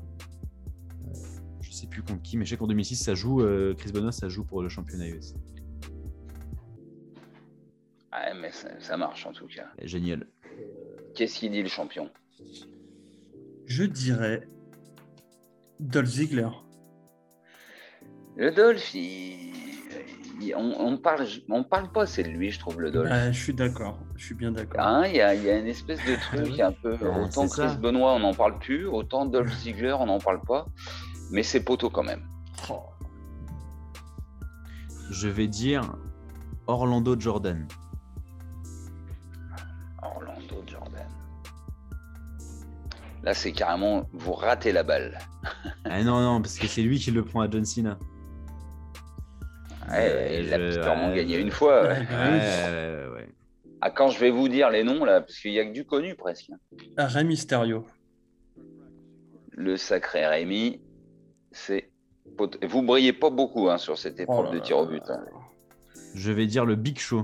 [SPEAKER 1] Je sais plus contre qui, mais je sais qu'en 2006, ça joue. Chris Benoit, ça joue pour le championnat US.
[SPEAKER 3] Ouais, mais ça marche en tout cas.
[SPEAKER 1] Génial.
[SPEAKER 3] Qu'est-ce qu'il dit le champion?
[SPEAKER 2] Je dirais Dolph Ziggler.
[SPEAKER 3] Le Dolph, on parle pas, c'est de lui, je trouve, le Dolph.
[SPEAKER 2] Je suis d'accord, je suis bien d'accord.
[SPEAKER 3] Hein, il y a une espèce de truc un peu. Autant Chris Benoit, on n'en parle plus, autant Dolph Ziggler, on n'en parle pas. Mais c'est poteau quand même.
[SPEAKER 2] Oh.
[SPEAKER 1] Je vais dire Orlando Jordan.
[SPEAKER 3] Orlando Jordan. Là, c'est carrément, vous ratez la balle.
[SPEAKER 1] Ah non, parce que c'est lui qui le prend à John Cena.
[SPEAKER 3] Ouais, il a sûrement gagné une fois.
[SPEAKER 1] Ouais.
[SPEAKER 3] Ah, quand je vais vous dire les noms, là, parce qu'il n'y a que du connu presque.
[SPEAKER 2] Rey Mysterio.
[SPEAKER 3] Le sacré Rémi, c'est... Vous brillez pas beaucoup hein, sur cette épreuve de tir au but. Hein.
[SPEAKER 1] Je vais dire le Big Show.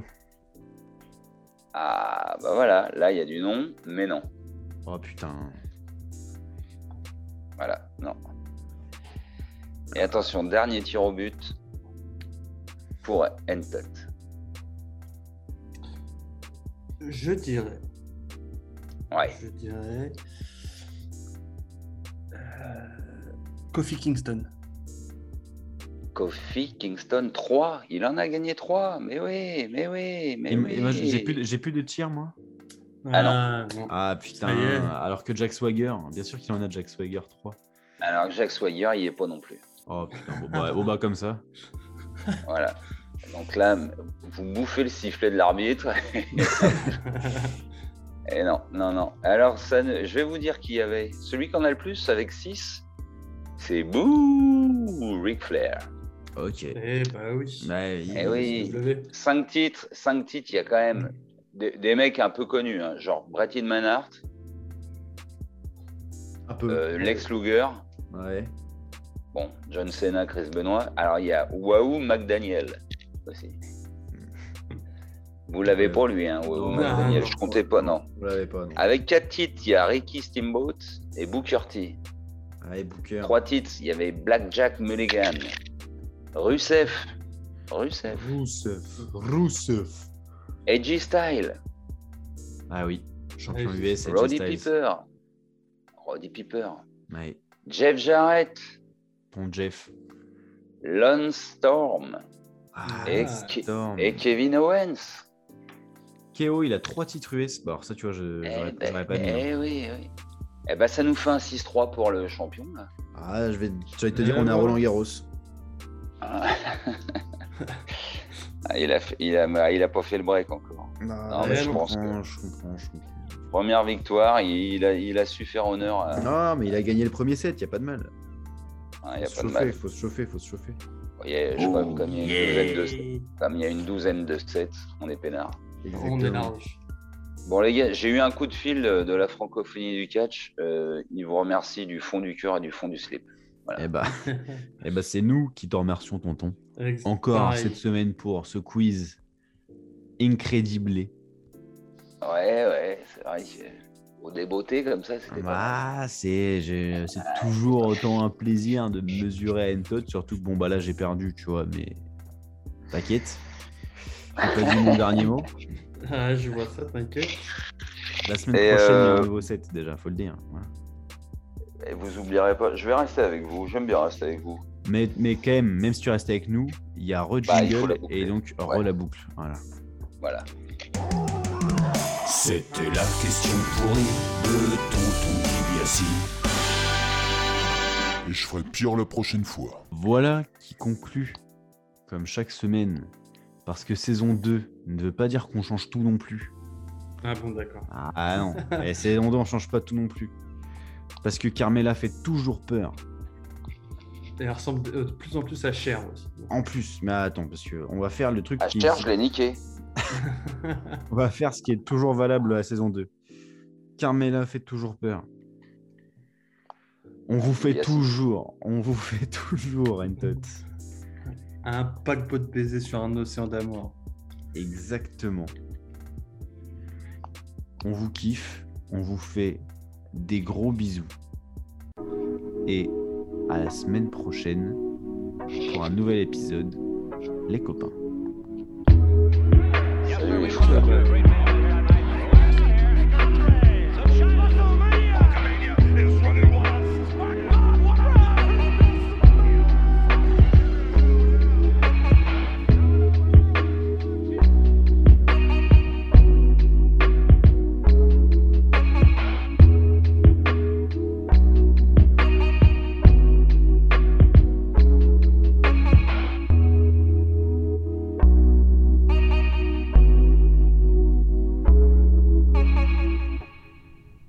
[SPEAKER 3] Ah, bah voilà, là, il y a du nom, mais non.
[SPEAKER 1] Oh putain.
[SPEAKER 3] Voilà, non. Et attention, dernier tir au but pour Entot.
[SPEAKER 2] Je dirais.
[SPEAKER 3] Ouais.
[SPEAKER 2] Je dirais. Kofi Kingston.
[SPEAKER 3] Kofi Kingston 3, il en a gagné 3. Mais oui.
[SPEAKER 1] Moi, j'ai plus de tirs, moi.
[SPEAKER 3] Ah non.
[SPEAKER 1] Ah putain, alors que Jack Swagger, bien sûr qu'il en a Jack Swagger 3.
[SPEAKER 3] Alors que Jack Swagger, il n'y est pas non plus.
[SPEAKER 1] Oh putain, bon bah comme ça.
[SPEAKER 3] Voilà. Donc là, vous bouffez le sifflet de l'arbitre. Et non. Alors, je vais vous dire qui y avait. Celui qui en a le plus avec 6, c'est Bouh Ric Flair.
[SPEAKER 1] Ok.
[SPEAKER 2] Eh bah oui.
[SPEAKER 3] Oui. 5 titres, il y a quand même des mecs un peu connus, hein, genre Bret Hitman Hart,
[SPEAKER 1] un peu.
[SPEAKER 3] Lex Luger.
[SPEAKER 1] Ouais.
[SPEAKER 3] Bon, John Cena, Chris Benoit. Alors, il y a Wahoo McDaniel aussi. Vous l'avez pas, lui, hein, Wahoo McDaniel. Je comptais pas, non.
[SPEAKER 1] Vous l'avez pas, non.
[SPEAKER 3] Avec 4 titres, il y a Ricky Steamboat et Booker T.
[SPEAKER 1] Ouais, Booker.
[SPEAKER 3] 3 titres, il y avait Blackjack Mulligan, Rusev. AJ Styles.
[SPEAKER 1] Ah oui, champion US.
[SPEAKER 3] Roddy Piper.
[SPEAKER 1] Ouais.
[SPEAKER 3] Jeff Jarrett.
[SPEAKER 1] Ton Jeff.
[SPEAKER 3] Lance Storm. Et Kevin Owens.
[SPEAKER 1] KO, il a 3 titres US. Bah alors ça, tu vois, j'aurais pas mis.
[SPEAKER 3] Oui. Eh ben, ça nous fait un 6-3 pour le champion. Là.
[SPEAKER 1] Ah, je vais te dire, on est à Roland Garros.
[SPEAKER 3] Il a pas fait le break encore. Non, mais je pense que
[SPEAKER 1] je comprends.
[SPEAKER 3] première victoire, il a su faire honneur à...
[SPEAKER 1] Non, mais il a gagné le premier set, il n'y a pas de mal.
[SPEAKER 3] Il
[SPEAKER 1] faut se chauffer.
[SPEAKER 3] Je crois que comme il y a une douzaine de sets, on est peinard.
[SPEAKER 2] On est large.
[SPEAKER 3] Bon les gars, j'ai eu un coup de fil de la francophonie du catch. Ils vous remercient du fond du cœur et du fond du slip. Voilà.
[SPEAKER 1] Eh bah, c'est nous qui te remercions, tonton. Encore cette semaine pour ce quiz incrédible.
[SPEAKER 3] Ouais, c'est vrai qu'au débeauté comme ça, c'était
[SPEAKER 1] c'est toujours autant un plaisir de me mesurer à N-Tot, surtout que là j'ai perdu, tu vois, mais t'inquiète. J'ai pas dit mon dernier mot.
[SPEAKER 2] Ah, je vois ça, t'inquiète.
[SPEAKER 1] La semaine prochaine, il y a un nouveau set déjà, faut le dire. Voilà.
[SPEAKER 3] Et vous oublierez pas, je vais rester avec vous, j'aime bien rester avec vous.
[SPEAKER 1] Mais quand même si tu restes avec nous, il y a re-jingle et donc la boucle. Voilà.
[SPEAKER 4] C'était la question pourrie de tonton DiBiase. Et je ferai pire la prochaine fois.
[SPEAKER 1] Voilà qui conclut, comme chaque semaine, parce que saison 2 ne veut pas dire qu'on change tout non plus.
[SPEAKER 2] Ah bon, d'accord.
[SPEAKER 1] Ah non, et saison 2 on change pas tout non plus. Parce que Carmela fait toujours peur.
[SPEAKER 2] Et elle ressemble de plus en plus à Cher aussi.
[SPEAKER 1] En plus, mais attends, parce qu'on va faire le truc
[SPEAKER 3] qui... Cher, je l'ai niqué.
[SPEAKER 1] On va faire ce qui est toujours valable à la saison 2. Carmela fait toujours peur. On vous fait toujours, N-Tot.
[SPEAKER 2] Un paquebot de baiser sur un océan d'amour.
[SPEAKER 1] Exactement. On vous kiffe, on vous fait des gros bisous. Et à la semaine prochaine pour un nouvel épisode, les copains.
[SPEAKER 3] Salut les